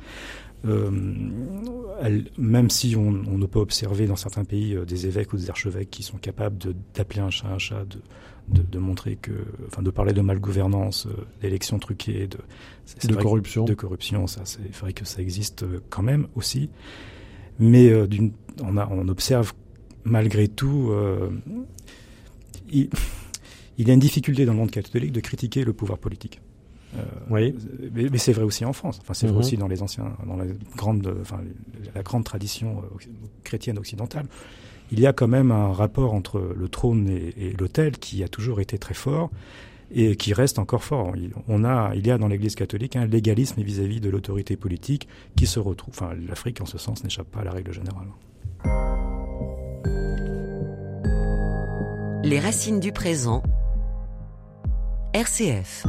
Même si on ne peut observer dans certains pays des évêques ou des archevêques qui sont capables d'appeler un chat, de montrer de parler de malgouvernance, d'élections truquées, de corruption, ça, c'est vrai que ça existe quand même aussi. Mais on observe malgré tout, il y a une difficulté dans le monde catholique de critiquer le pouvoir politique. Oui. Mais c'est vrai aussi en France. Enfin, c'est vrai aussi dans la grande tradition chrétienne occidentale. Il y a quand même un rapport entre le trône et l'autel qui a toujours été très fort et qui reste encore fort. Il y a dans l'Église catholique un légalisme vis-à-vis de l'autorité politique qui se retrouve. Enfin, l'Afrique, en ce sens, n'échappe pas à la règle générale. Les racines du présent. RCF.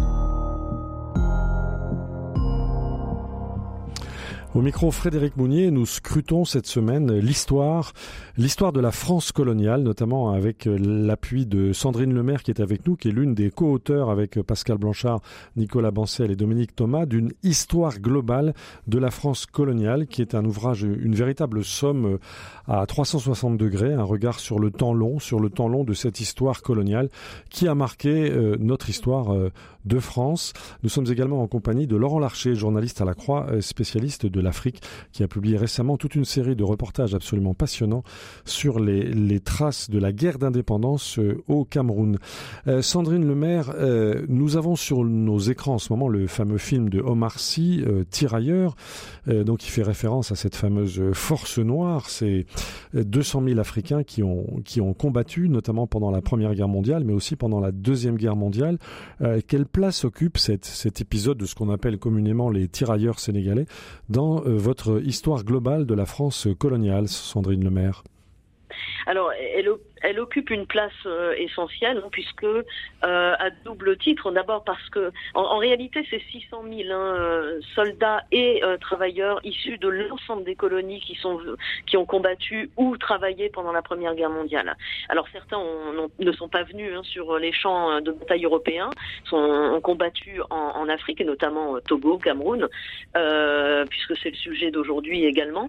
Au micro, Frédéric Mounier, nous scrutons cette semaine l'histoire de la France coloniale, notamment avec l'appui de Sandrine Lemaire qui est avec nous, qui est l'une des co-auteurs avec Pascal Blanchard, Nicolas Bancel et Dominique Thomas d'une histoire globale de la France coloniale, qui est un ouvrage, une véritable somme à 360 degrés, un regard sur le temps long de cette histoire coloniale qui a marqué notre histoire de France. Nous sommes également en compagnie de Laurent Larcher, journaliste à la Croix, spécialiste de l'Afrique, qui a publié récemment toute une série de reportages absolument passionnants sur les traces de la guerre d'indépendance au Cameroun. Sandrine Lemaire, nous avons sur nos écrans en ce moment le fameux film de Omar Sy, Tirailleurs, donc qui fait référence à cette fameuse force noire. C'est 200 000 Africains qui ont combattu, notamment pendant la Première Guerre mondiale, mais aussi pendant la Deuxième Guerre mondiale. Quelle place occupe cet épisode de ce qu'on appelle communément les tirailleurs sénégalais dans votre histoire globale de la France coloniale, Sandrine Lemaire? Alors, elle occupe une place essentielle, puisque à double titre. D'abord parce que, en réalité, c'est 600 000 soldats et travailleurs issus de l'ensemble des colonies qui ont combattu ou travaillé pendant la Première Guerre mondiale. Alors certains ne sont pas venus sur les champs de bataille européens, ont combattu en Afrique, et notamment Togo, Cameroun, puisque c'est le sujet d'aujourd'hui également.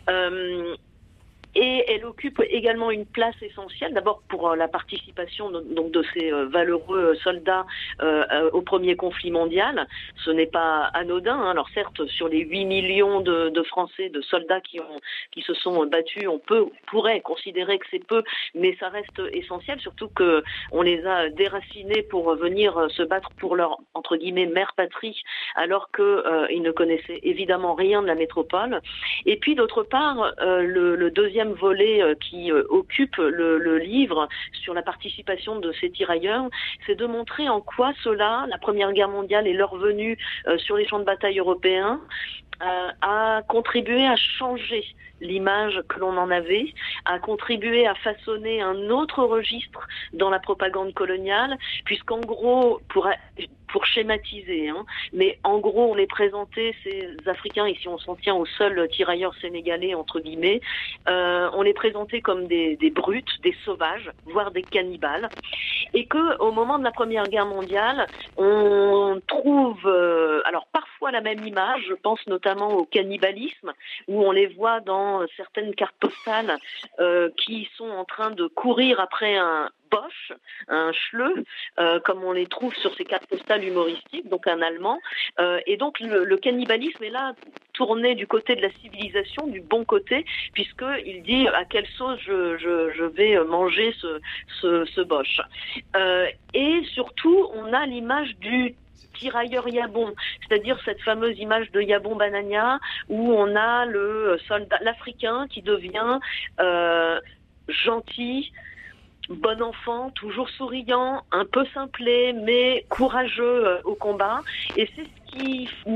Et elle occupe également une place essentielle, d'abord pour la participation donc de ces valeureux soldats au premier conflit mondial. Ce n'est pas anodin. Alors certes, sur les 8 millions de Français, de soldats qui se sont battus, on pourrait considérer que c'est peu, mais ça reste essentiel, surtout que on les a déracinés pour venir se battre pour leur, entre guillemets, mère patrie, alors qu'ils ne connaissaient évidemment rien de la métropole. Et puis d'autre part, le deuxième volet qui occupe le livre sur la participation de ces tirailleurs, c'est de montrer en quoi la Première Guerre mondiale et leur venue sur les champs de bataille européens a contribué à changer l'image que l'on en avait, a contribué à façonner un autre registre dans la propagande coloniale, puisqu'en gros, pour schématiser, mais en gros, on les présentait, ces Africains, et si on s'en tient aux seuls tirailleurs sénégalais, entre guillemets, on les présentait comme des brutes, des sauvages, voire des cannibales, et que au moment de la Première Guerre mondiale, on trouve alors parfois la même image, je pense notamment au cannibalisme, où on les voit dans certaines cartes postales qui sont en train de courir après un Bosch, un Schleu, comme on les trouve sur ces cartes postales humoristiques, donc un Allemand. Et donc le cannibalisme est là tourné du côté de la civilisation, du bon côté, puisqu'il dit à quelle sauce je vais manger ce Bosch. Et surtout, on a l'image du tirailleur Yabon, c'est-à-dire cette fameuse image de Yabon Banania où on a le soldat, l'Africain qui devient gentil, bon enfant, toujours souriant, un peu simplé, mais courageux au combat. Et c'est ce qui marque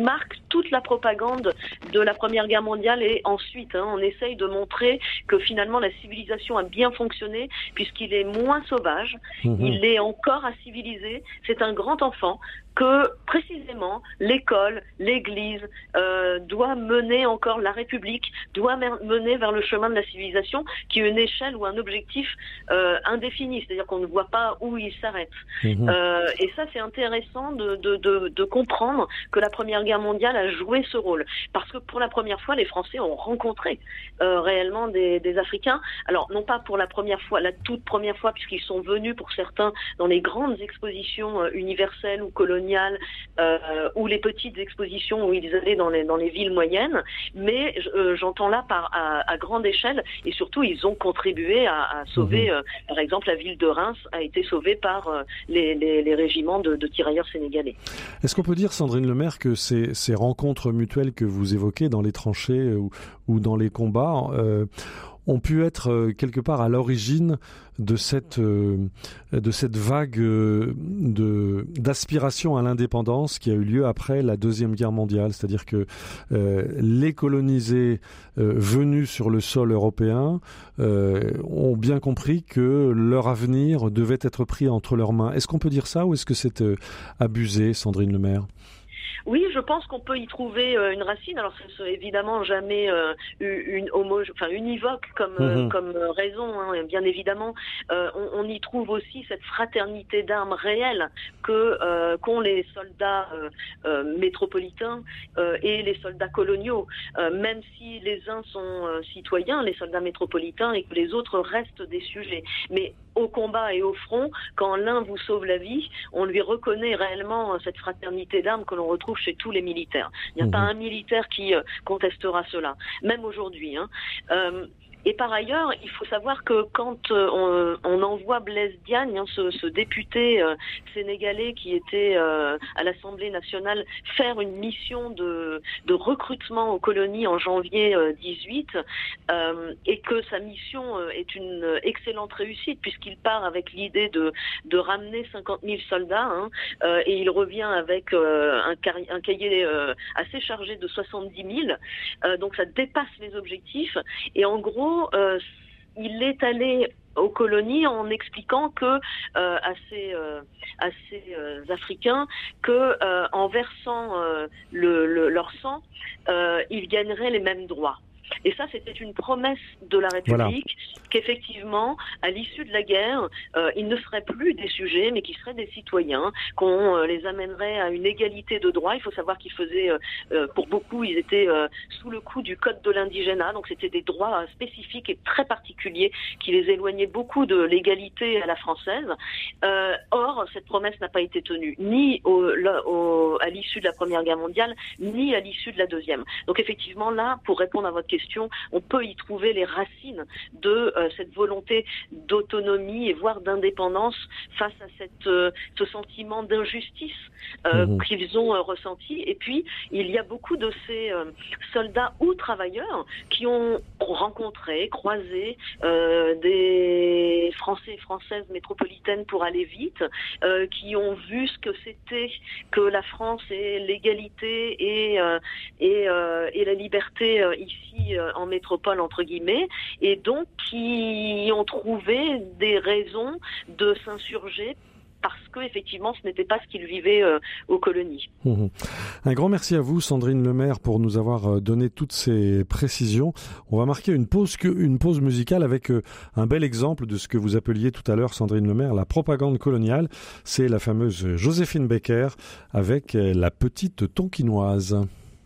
toute la propagande de la Première Guerre mondiale et ensuite, on essaye de montrer que finalement la civilisation a bien fonctionné puisqu'il est moins sauvage, il est encore à civiliser, c'est un grand enfant que précisément l'école, l'église doit mener encore la République, doit mener vers le chemin de la civilisation qui est une échelle ou un objectif indéfini, c'est-à-dire qu'on ne voit pas où il s'arrête. Et ça c'est intéressant de comprendre que la Première Guerre mondiale a joué ce rôle, parce que pour la première fois les Français ont rencontré réellement des Africains, alors non pas pour la première fois, la toute première fois puisqu'ils sont venus pour certains dans les grandes expositions universelles ou coloniales ou les petites expositions où ils allaient dans les villes moyennes, mais j'entends là à grande échelle, et surtout ils ont contribué à sauver, par exemple la ville de Reims a été sauvée par les régiments de tirailleurs sénégalais. Est-ce qu'on peut dire, Sandrine Lemaire, que ces rencontres mutuelles que vous évoquez dans les tranchées ou dans les combats ont pu être quelque part à l'origine de cette vague d'aspiration à l'indépendance qui a eu lieu après la Deuxième Guerre mondiale, c'est-à-dire que les colonisés venus sur le sol européen ont bien compris que leur avenir devait être pris entre leurs mains. Est-ce qu'on peut dire ça ou est-ce que c'est abusé, Sandrine Lemaire ? Oui, je pense qu'on peut y trouver une racine. Alors, c'est évidemment jamais univoque comme raison, bien évidemment. On y trouve aussi cette fraternité d'armes réelle qu'ont les soldats métropolitains et les soldats coloniaux. Même si les uns sont citoyens, les soldats métropolitains, et que les autres restent des sujets. Mais au combat et au front, quand l'un vous sauve la vie, on lui reconnaît réellement cette fraternité d'armes que l'on retrouve chez tous les militaires. Il n'y a pas un militaire qui contestera cela, même aujourd'hui. Et par ailleurs, il faut savoir que quand on envoie Blaise Diagne, ce député sénégalais qui était à l'Assemblée nationale, faire une mission de recrutement aux colonies en janvier 18, et que sa mission est une excellente réussite puisqu'il part avec l'idée de ramener 50 000 soldats, et il revient avec un cahier assez chargé de 70 000, donc ça dépasse les objectifs, et en gros il est allé aux colonies en expliquant que à ces Africains que en versant leur sang, ils gagneraient les mêmes droits. Et ça, c'était une promesse de la République, qu'effectivement, à l'issue de la guerre, ils ne seraient plus des sujets, mais qu'ils seraient des citoyens, qu'on les amènerait à une égalité de droits. Il faut savoir qu'ils faisaient, pour beaucoup, ils étaient sous le coup du code de l'indigénat, donc c'était des droits spécifiques et très particuliers qui les éloignaient beaucoup de l'égalité à la française. Or, cette promesse n'a pas été tenue, ni à l'issue de la Première Guerre mondiale, ni à l'issue de la Deuxième. Donc effectivement, là, pour répondre à votre question, on peut y trouver les racines de cette volonté d'autonomie et voire d'indépendance face à ce sentiment d'injustice qu'ils ont ressenti. Et puis, il y a beaucoup de ces soldats ou travailleurs qui ont rencontré, croisé des Français et Françaises métropolitaines pour aller vite, qui ont vu ce que c'était que la France et l'égalité et la liberté ici en métropole entre guillemets, et donc qui ont trouvé des raisons de s'insurger parce que effectivement ce n'était pas ce qu'ils vivaient aux colonies. Un grand merci à vous, Sandrine Lemaire, pour nous avoir donné toutes ces précisions. On va marquer une pause musicale avec un bel exemple de ce que vous appeliez tout à l'heure, Sandrine Lemaire, la propagande coloniale. C'est la fameuse Joséphine Baker avec La Petite Tonkinoise.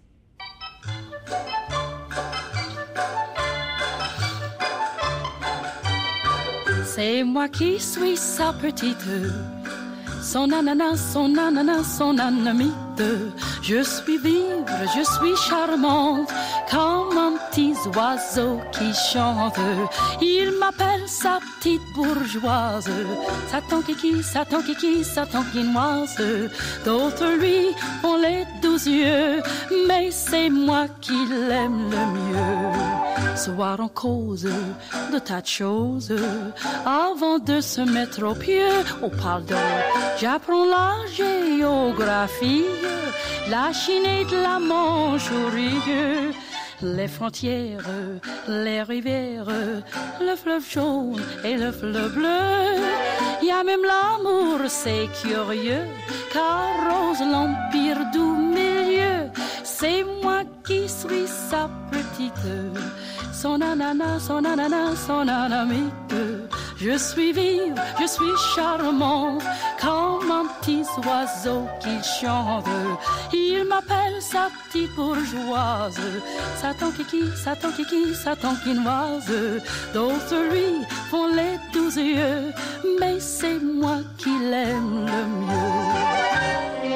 C'est moi qui suis sa petite, son ananas, son anamite. Je suis vive, je suis charmante, comme un petit oiseau qui chante. Il m'appelle sa petite bourgeoise, sa tonkinoise. D'autres lui ont les douces yeux, mais c'est moi qui l'aime le mieux. Ce soir on cause de tas de choses avant de se mettre au pied. Oh pardon, j'apprends la géographie, la Chine et de la Manche au rigueux. Les frontières, les rivières, le fleuve jaune et le fleuve bleu. Il y a même l'amour, c'est curieux, car rose l'empire du milieu. C'est moi qui suis sa petite, son ananas, son ananas, son anamite. Je suis vive, je suis charmante, comme un petit oiseau qui chante. Il m'appelle sa petite bourgeoise, Satan kiki, Satan kiki, Satan quinoise. D'autres lui font les 12 yeux, mais c'est moi qui l'aime le mieux.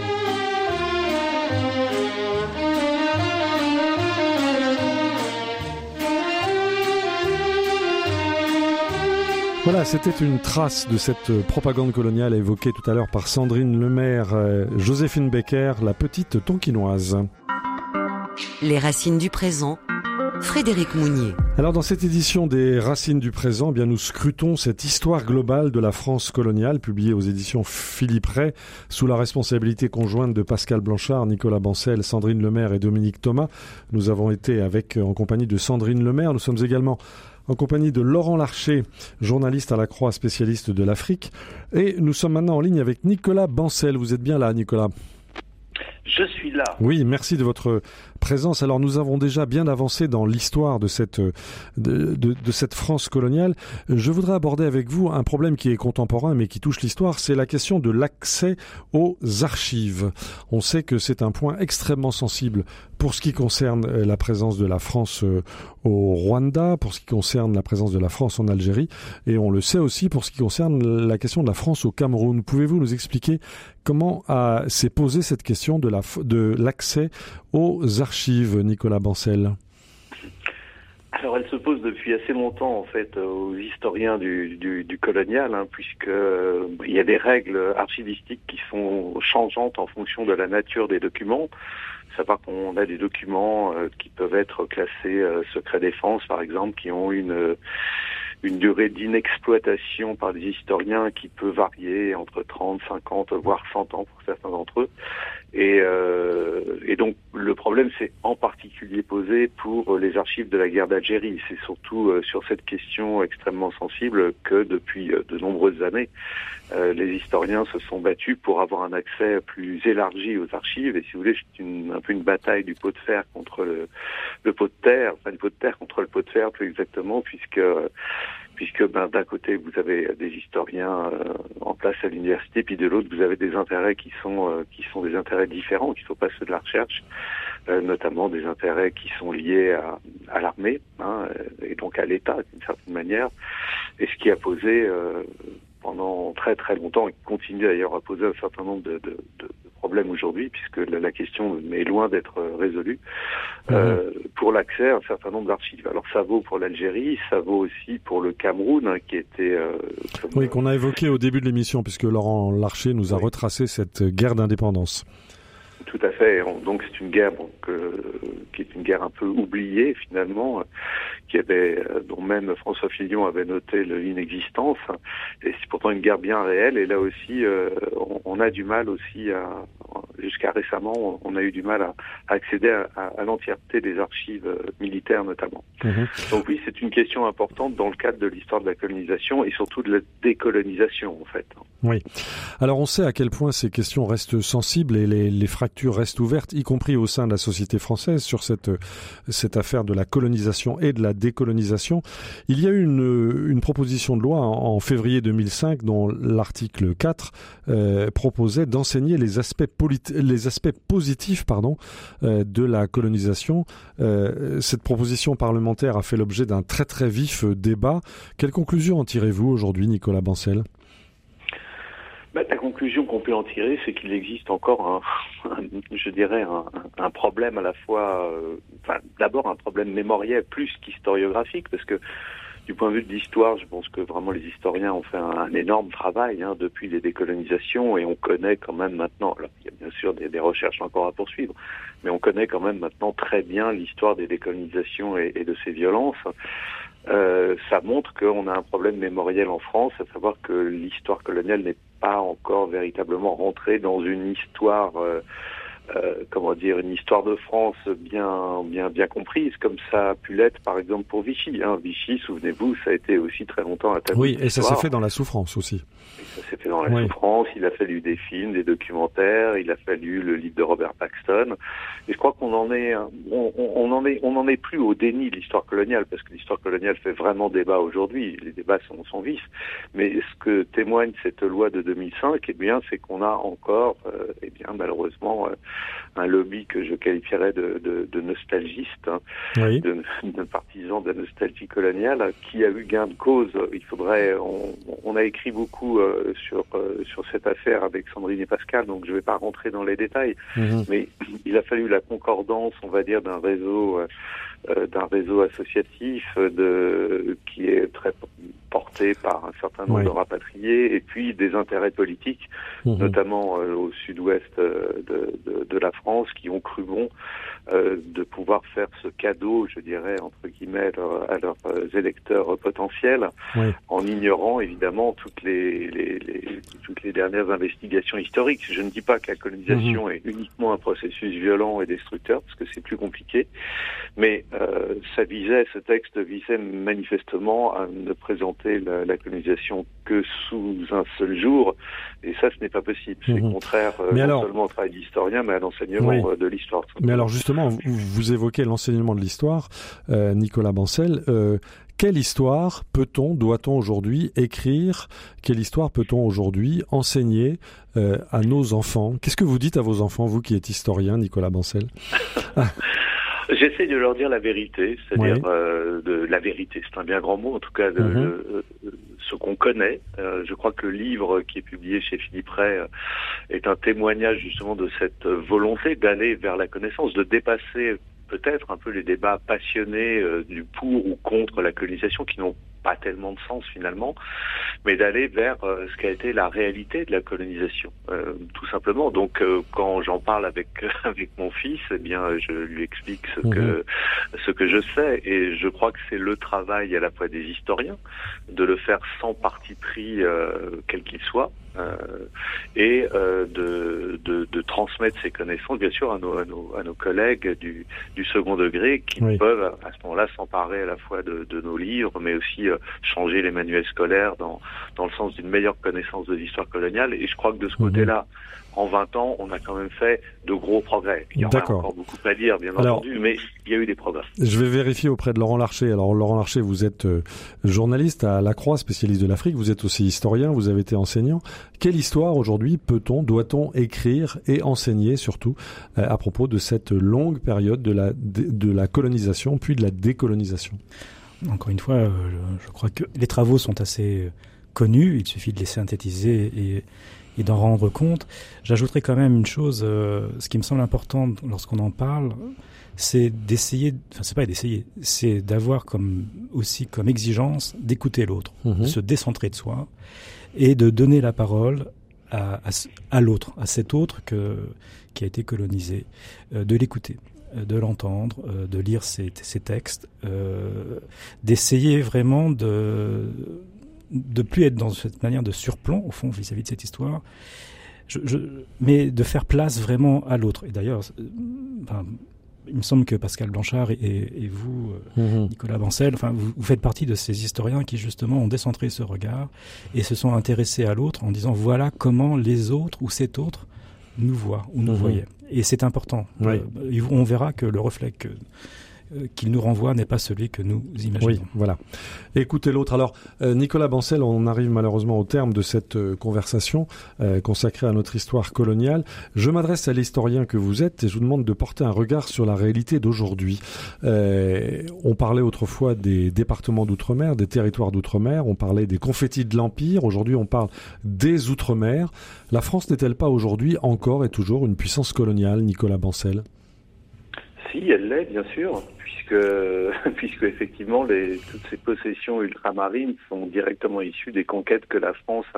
Voilà, c'était une trace de cette propagande coloniale évoquée tout à l'heure par Sandrine Lemaire, Joséphine Becker, la petite tonkinoise. Les racines du présent, Frédéric Mounier. Alors dans cette édition des Racines du présent, eh bien nous scrutons cette histoire globale de la France coloniale, publiée aux éditions Philippe Ray, sous la responsabilité conjointe de Pascal Blanchard, Nicolas Bancel, Sandrine Lemaire et Dominique Thomas. Nous avons été en compagnie de Sandrine Lemaire. Nous sommes également en compagnie de Laurent Larcher, journaliste à la Croix, spécialiste de l'Afrique. Et nous sommes maintenant en ligne avec Nicolas Bancel. Vous êtes bien là, Nicolas ? Je suis là. Oui, merci de votre présence. Alors nous avons déjà bien avancé dans l'histoire de cette France coloniale. Je voudrais aborder avec vous un problème qui est contemporain mais qui touche l'histoire, c'est la question de l'accès aux archives. On sait que c'est un point extrêmement sensible pour ce qui concerne la présence de la France au Rwanda, pour ce qui concerne la présence de la France en Algérie, et on le sait aussi pour ce qui concerne la question de la France au Cameroun. Pouvez-vous nous expliquer comment s'est posée cette question de l'accès aux archives, Nicolas Bancel ? Alors elle se pose depuis assez longtemps en fait aux historiens du colonial, puisque il y a des règles archivistiques qui sont changeantes en fonction de la nature des documents. Savoir qu'on a des documents qui peuvent être classés secret défense par exemple, qui ont une durée d'inexploitation par des historiens qui peut varier entre 30, 50, voire 100 ans pour certains d'entre eux. Et donc le problème s'est en particulier posé pour les archives de la guerre d'Algérie. C'est surtout sur cette question extrêmement sensible que depuis de nombreuses années, les historiens se sont battus pour avoir un accès plus élargi aux archives. Et si vous voulez, c'est un peu une bataille du pot de fer contre le pot de terre, enfin du pot de terre contre le pot de fer plus exactement, puisque d'un côté vous avez des historiens en place à l'université, puis de l'autre vous avez des intérêts qui sont des intérêts différents, qui ne sont pas ceux de la recherche, notamment des intérêts qui sont liés à l'armée, et donc à l'État d'une certaine manière, et ce qui a posé pendant très très longtemps, et qui continue d'ailleurs à poser un certain nombre de problème aujourd'hui, puisque la question est loin d'être résolue, pour l'accès à un certain nombre d'archives. Alors ça vaut pour l'Algérie, ça vaut aussi pour le Cameroun, qui était... qu'on a évoqué au début de l'émission, puisque Laurent Larcher nous a retracé cette guerre d'indépendance. Tout à fait. Donc c'est une guerre qui est une guerre un peu oubliée finalement, dont même François Fillon avait noté l'inexistence. Et c'est pourtant une guerre bien réelle. Et là aussi, on a du mal aussi jusqu'à récemment, on a eu du mal à accéder à l'entièreté des archives militaires notamment. Donc oui, c'est une question importante dans le cadre de l'histoire de la colonisation et surtout de la décolonisation en fait. Oui. Alors on sait à quel point ces questions restent sensibles et les fractures restent ouvertes, y compris au sein de la société française, sur cette affaire de la colonisation et de la décolonisation. Il y a eu une proposition de loi en février 2005 dont l'article 4 proposait d'enseigner les aspects positifs de la colonisation. Cette proposition parlementaire a fait l'objet d'un très très vif débat. Quelle conclusion en tirez-vous aujourd'hui, Nicolas Bancel ? La conclusion qu'on peut en tirer, c'est qu'il existe encore un problème à la fois, d'abord un problème mémoriel plus qu'historiographique, parce que Du point de vue de l'histoire, je pense que vraiment les historiens ont fait un énorme travail depuis les décolonisations, et on connaît quand même maintenant, alors il y a bien sûr des recherches encore à poursuivre, mais on connaît quand même maintenant très bien l'histoire des décolonisations et de ces violences. Ça montre qu'on a un problème mémoriel en France, à savoir que l'histoire coloniale n'est pas encore véritablement rentrée dans une histoire une histoire de France bien comprise, comme ça a pu l'être par exemple pour Vichy. Vichy, souvenez-vous, ça a été aussi très longtemps un tabou. Oui, et ça s'est fait dans la souffrance aussi. Et ça s'est fait dans la souffrance, il a fallu des films, des documentaires, il a fallu le livre de Robert Paxton. Et je crois qu'on en est, on en est plus au déni de l'histoire coloniale, parce que l'histoire coloniale fait vraiment débat aujourd'hui. Les débats sont vifs. Mais ce que témoigne cette loi de 2005, c'est qu'on a encore, malheureusement, un lobby que je qualifierais de nostalgiste, de partisans de la nostalgie coloniale, qui a eu gain de cause. On a écrit beaucoup sur cette affaire avec Sandrine et Pascal, donc je ne vais pas rentrer dans les détails, mais il a fallu la concordance, on va dire, d'un réseau associatif qui est très porté par un certain nombre de rapatriés, et puis des intérêts politiques, notamment au sud-ouest de la France, qui ont cru bon de pouvoir faire ce cadeau, je dirais, entre guillemets, à leurs électeurs potentiels, en ignorant évidemment toutes les dernières investigations historiques. Je ne dis pas que la colonisation est uniquement un processus violent et destructeur, parce que c'est plus compliqué, mais ce texte visait manifestement à ne présenter la colonisation que sous un seul jour, et ça, ce n'est pas possible. C'est contraire non seulement au travail d'historien, mais à l'enseignement de l'histoire. Mais alors justement, vous évoquez l'enseignement de l'histoire, Nicolas Bancel. Quelle histoire doit-on aujourd'hui écrire? Quelle histoire peut-on aujourd'hui enseigner à nos enfants? Qu'est-ce que vous dites à vos enfants, vous qui êtes historien, Nicolas Bancel? J'essaie de leur dire la vérité, c'est-à-dire de la vérité, c'est un bien grand mot, en tout cas ce qu'on connaît. Je crois que le livre qui est publié chez Philippe Ray est un témoignage justement de cette volonté d'aller vers la connaissance, de dépasser peut-être un peu les débats passionnés du pour ou contre la colonisation, qui n'ont pas tellement de sens finalement, mais d'aller vers ce qu'a été la réalité de la colonisation, tout simplement. Donc quand j'en parle avec mon fils, je lui explique ce que je sais, et je crois que c'est le travail à la fois des historiens de le faire sans parti pris quel qu'il soit, et de transmettre ces connaissances bien sûr à nos collègues du second degré, qui peuvent à ce moment-là s'emparer à la fois de nos livres, mais aussi changer les manuels scolaires dans le sens d'une meilleure connaissance de l'histoire coloniale. Et je crois que de ce côté-là, en 20 ans, on a quand même fait de gros progrès. Il y aura encore beaucoup à dire, bien entendu, mais il y a eu des progrès. Je vais vérifier auprès de Laurent Larcher. Alors, Laurent Larcher, vous êtes journaliste à La Croix, spécialiste de l'Afrique. Vous êtes aussi historien, vous avez été enseignant. Quelle histoire, aujourd'hui, doit-on écrire et enseigner, surtout, à propos de cette longue période de la colonisation, puis de la décolonisation? Encore une fois, je crois que les travaux sont assez connus. Il suffit de les synthétiser et d'en rendre compte. J'ajouterais quand même une chose, ce qui me semble important lorsqu'on en parle, c'est c'est d'avoir comme exigence d'écouter l'autre, de se décentrer de soi et de donner la parole à l'autre, à cet autre qui a été colonisé, de l'écouter, de l'entendre, de lire ses textes, d'essayer vraiment de plus être dans cette manière de surplomb, au fond, vis-à-vis de cette histoire, mais de faire place vraiment à l'autre. Et d'ailleurs, il me semble que Pascal Blanchard et vous, Nicolas Bancel, vous faites partie de ces historiens qui justement ont décentré ce regard et se sont intéressés à l'autre en disant voilà comment les autres ou cet autre nous voient ou nous voyaient. Et c'est important. On verra que le reflet qu'il nous renvoie n'est pas celui que nous imaginons. Oui, voilà. Écoutez l'autre. Alors, Nicolas Bancel, on arrive malheureusement au terme de cette conversation consacrée à notre histoire coloniale. Je m'adresse à l'historien que vous êtes et je vous demande de porter un regard sur la réalité d'aujourd'hui. On parlait autrefois des départements d'outre-mer, des territoires d'outre-mer, on parlait des confettis de l'Empire. Aujourd'hui, on parle des outre-mer. La France n'est-elle pas aujourd'hui encore et toujours une puissance coloniale, Nicolas Bancel ? Si, elle l'est, bien sûr, puisque effectivement toutes ces possessions ultramarines sont directement issues des conquêtes que la France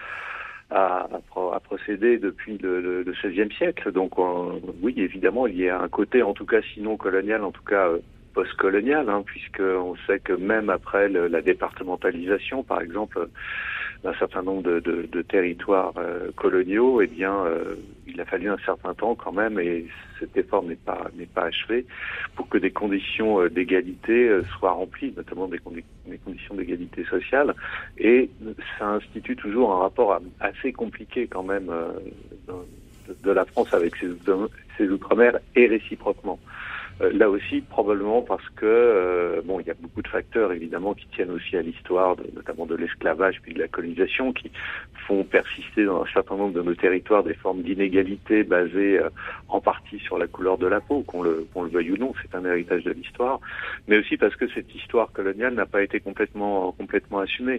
a procédé depuis le XVIe siècle. Donc oui, évidemment, il y a un côté, en tout cas sinon colonial, en tout cas post-colonial, puisqu'on sait que même après la départementalisation, par exemple, d'un certain nombre de territoires coloniaux, eh bien, il a fallu un certain temps quand même, et cet effort n'est pas achevé, pour que des conditions d'égalité soient remplies, notamment des conditions d'égalité sociale. Et ça institue toujours un rapport assez compliqué quand même de la France avec ses outre-mer et réciproquement. Là aussi, probablement parce que il y a beaucoup de facteurs évidemment qui tiennent aussi à l'histoire, notamment de l'esclavage puis de la colonisation, qui font persister dans un certain nombre de nos territoires des formes d'inégalité basées en partie sur la couleur de la peau, qu'on le veuille ou non, c'est un héritage de l'histoire, mais aussi parce que cette histoire coloniale n'a pas été complètement assumée.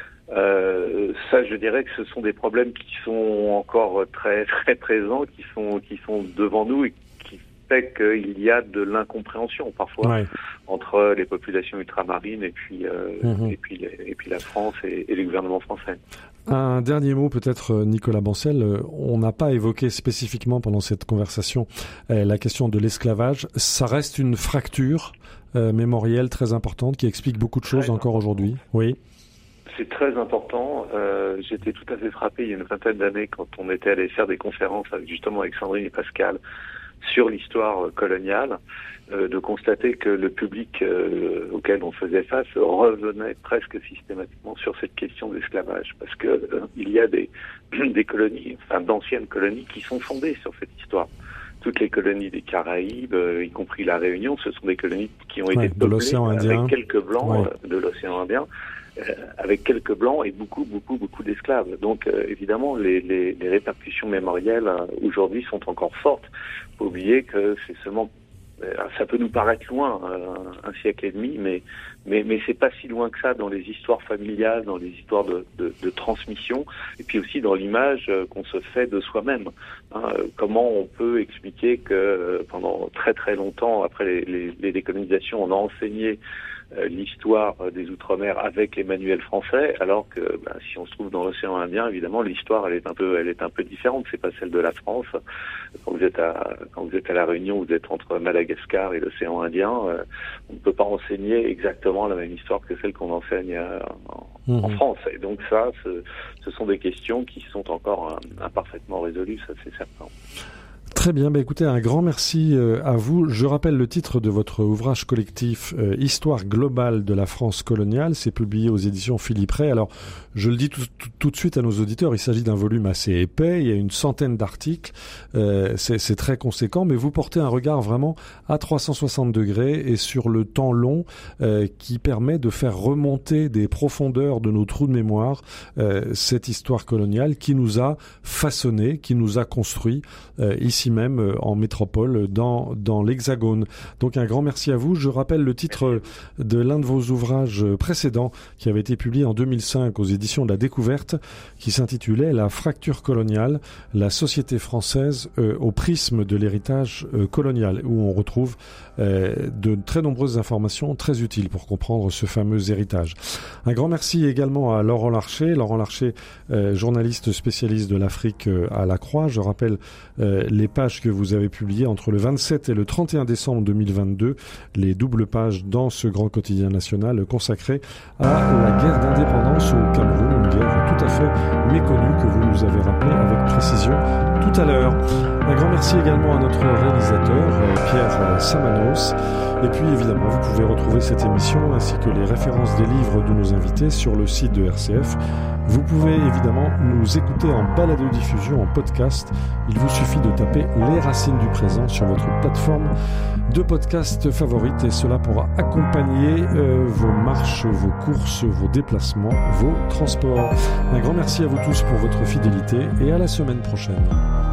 Ça, je dirais que ce sont des problèmes qui sont encore très très présents, qui sont devant nous et fait qu'il y a de l'incompréhension parfois entre les populations ultramarines et puis la France et les gouvernements français. Un dernier mot peut-être, Nicolas Bancel. On n'a pas évoqué spécifiquement pendant cette conversation la question de l'esclavage. Ça reste une fracture mémorielle très importante qui explique beaucoup de choses encore aujourd'hui. Oui. C'est très important. J'étais tout à fait frappé il y a une vingtaine d'années quand on était allé faire des conférences avec justement Alexandrine et Pascal sur l'histoire coloniale, de constater que le public auquel on faisait face revenait presque systématiquement sur cette question de l'esclavage, parce que il y a des colonies, d'anciennes colonies qui sont fondées sur cette histoire. Toutes les colonies des Caraïbes, y compris la Réunion, ce sont des colonies qui ont été peuplées avec quelques blancs de l'océan Indien, avec quelques blancs et beaucoup d'esclaves. Donc évidemment, les répercussions mémorielles aujourd'hui sont encore fortes. Faut oublier que c'est seulement, ça peut nous paraître loin, un siècle et demi, mais c'est pas si loin que ça dans les histoires familiales, dans les histoires de transmission, et puis aussi dans l'image qu'on se fait de soi-même. Comment on peut expliquer que pendant très très longtemps, après les décolonisations, on a enseigné l'histoire des Outre-mer avec les manuels français, alors que si on se trouve dans l'océan Indien, évidemment l'histoire elle est un peu différente. C'est pas celle de la France. Quand vous êtes à la Réunion, vous êtes entre Madagascar et l'océan Indien. On ne peut pas enseigner exactement la même histoire que celle qu'on enseigne en France. Et donc ça, ce sont des questions qui sont encore imparfaitement résolues, ça c'est certain. Très bien, écoutez, un grand merci à vous. Je rappelle le titre de votre ouvrage collectif, Histoire globale de la France coloniale. C'est publié aux éditions Philippe Ray. Alors, je le dis tout de suite à nos auditeurs, il s'agit d'un volume assez épais, il y a une centaine d'articles, c'est très conséquent, mais vous portez un regard vraiment à 360 degrés et sur le temps long qui permet de faire remonter des profondeurs de nos trous de mémoire cette histoire coloniale qui nous a façonnés, qui nous a construits ici même en métropole dans l'Hexagone. Donc un grand merci à vous. Je rappelle le titre de l'un de vos ouvrages précédents qui avait été publié en 2005 aux éditions de la Découverte, qui s'intitulait La fracture coloniale, la société française au prisme de l'héritage colonial, où on retrouve de très nombreuses informations très utiles pour comprendre ce fameux héritage. Un grand merci également à Laurent Larcher. Laurent Larcher, journaliste spécialiste de l'Afrique à La Croix. Je rappelle les pages que vous avez publiées entre le 27 et le 31 décembre 2022, les doubles pages dans ce grand quotidien national consacré à la guerre d'indépendance au Cameroun, une guerre tout à fait méconnue que vous nous avez rappelé avec précision tout à l'heure. Un grand merci également à notre réalisateur Pierre Samanos. Et puis évidemment, vous pouvez retrouver cette émission ainsi que les références des livres de nos invités sur le site de RCF. Vous pouvez évidemment nous écouter en balado-diffusion, en podcast. Il vous suffit de taper Les Racines du Présent sur votre plateforme de podcast favorite, et cela pourra accompagner vos marches, vos courses, vos déplacements, vos transports. Un grand merci à vous tous pour votre fidélité et à la semaine prochaine.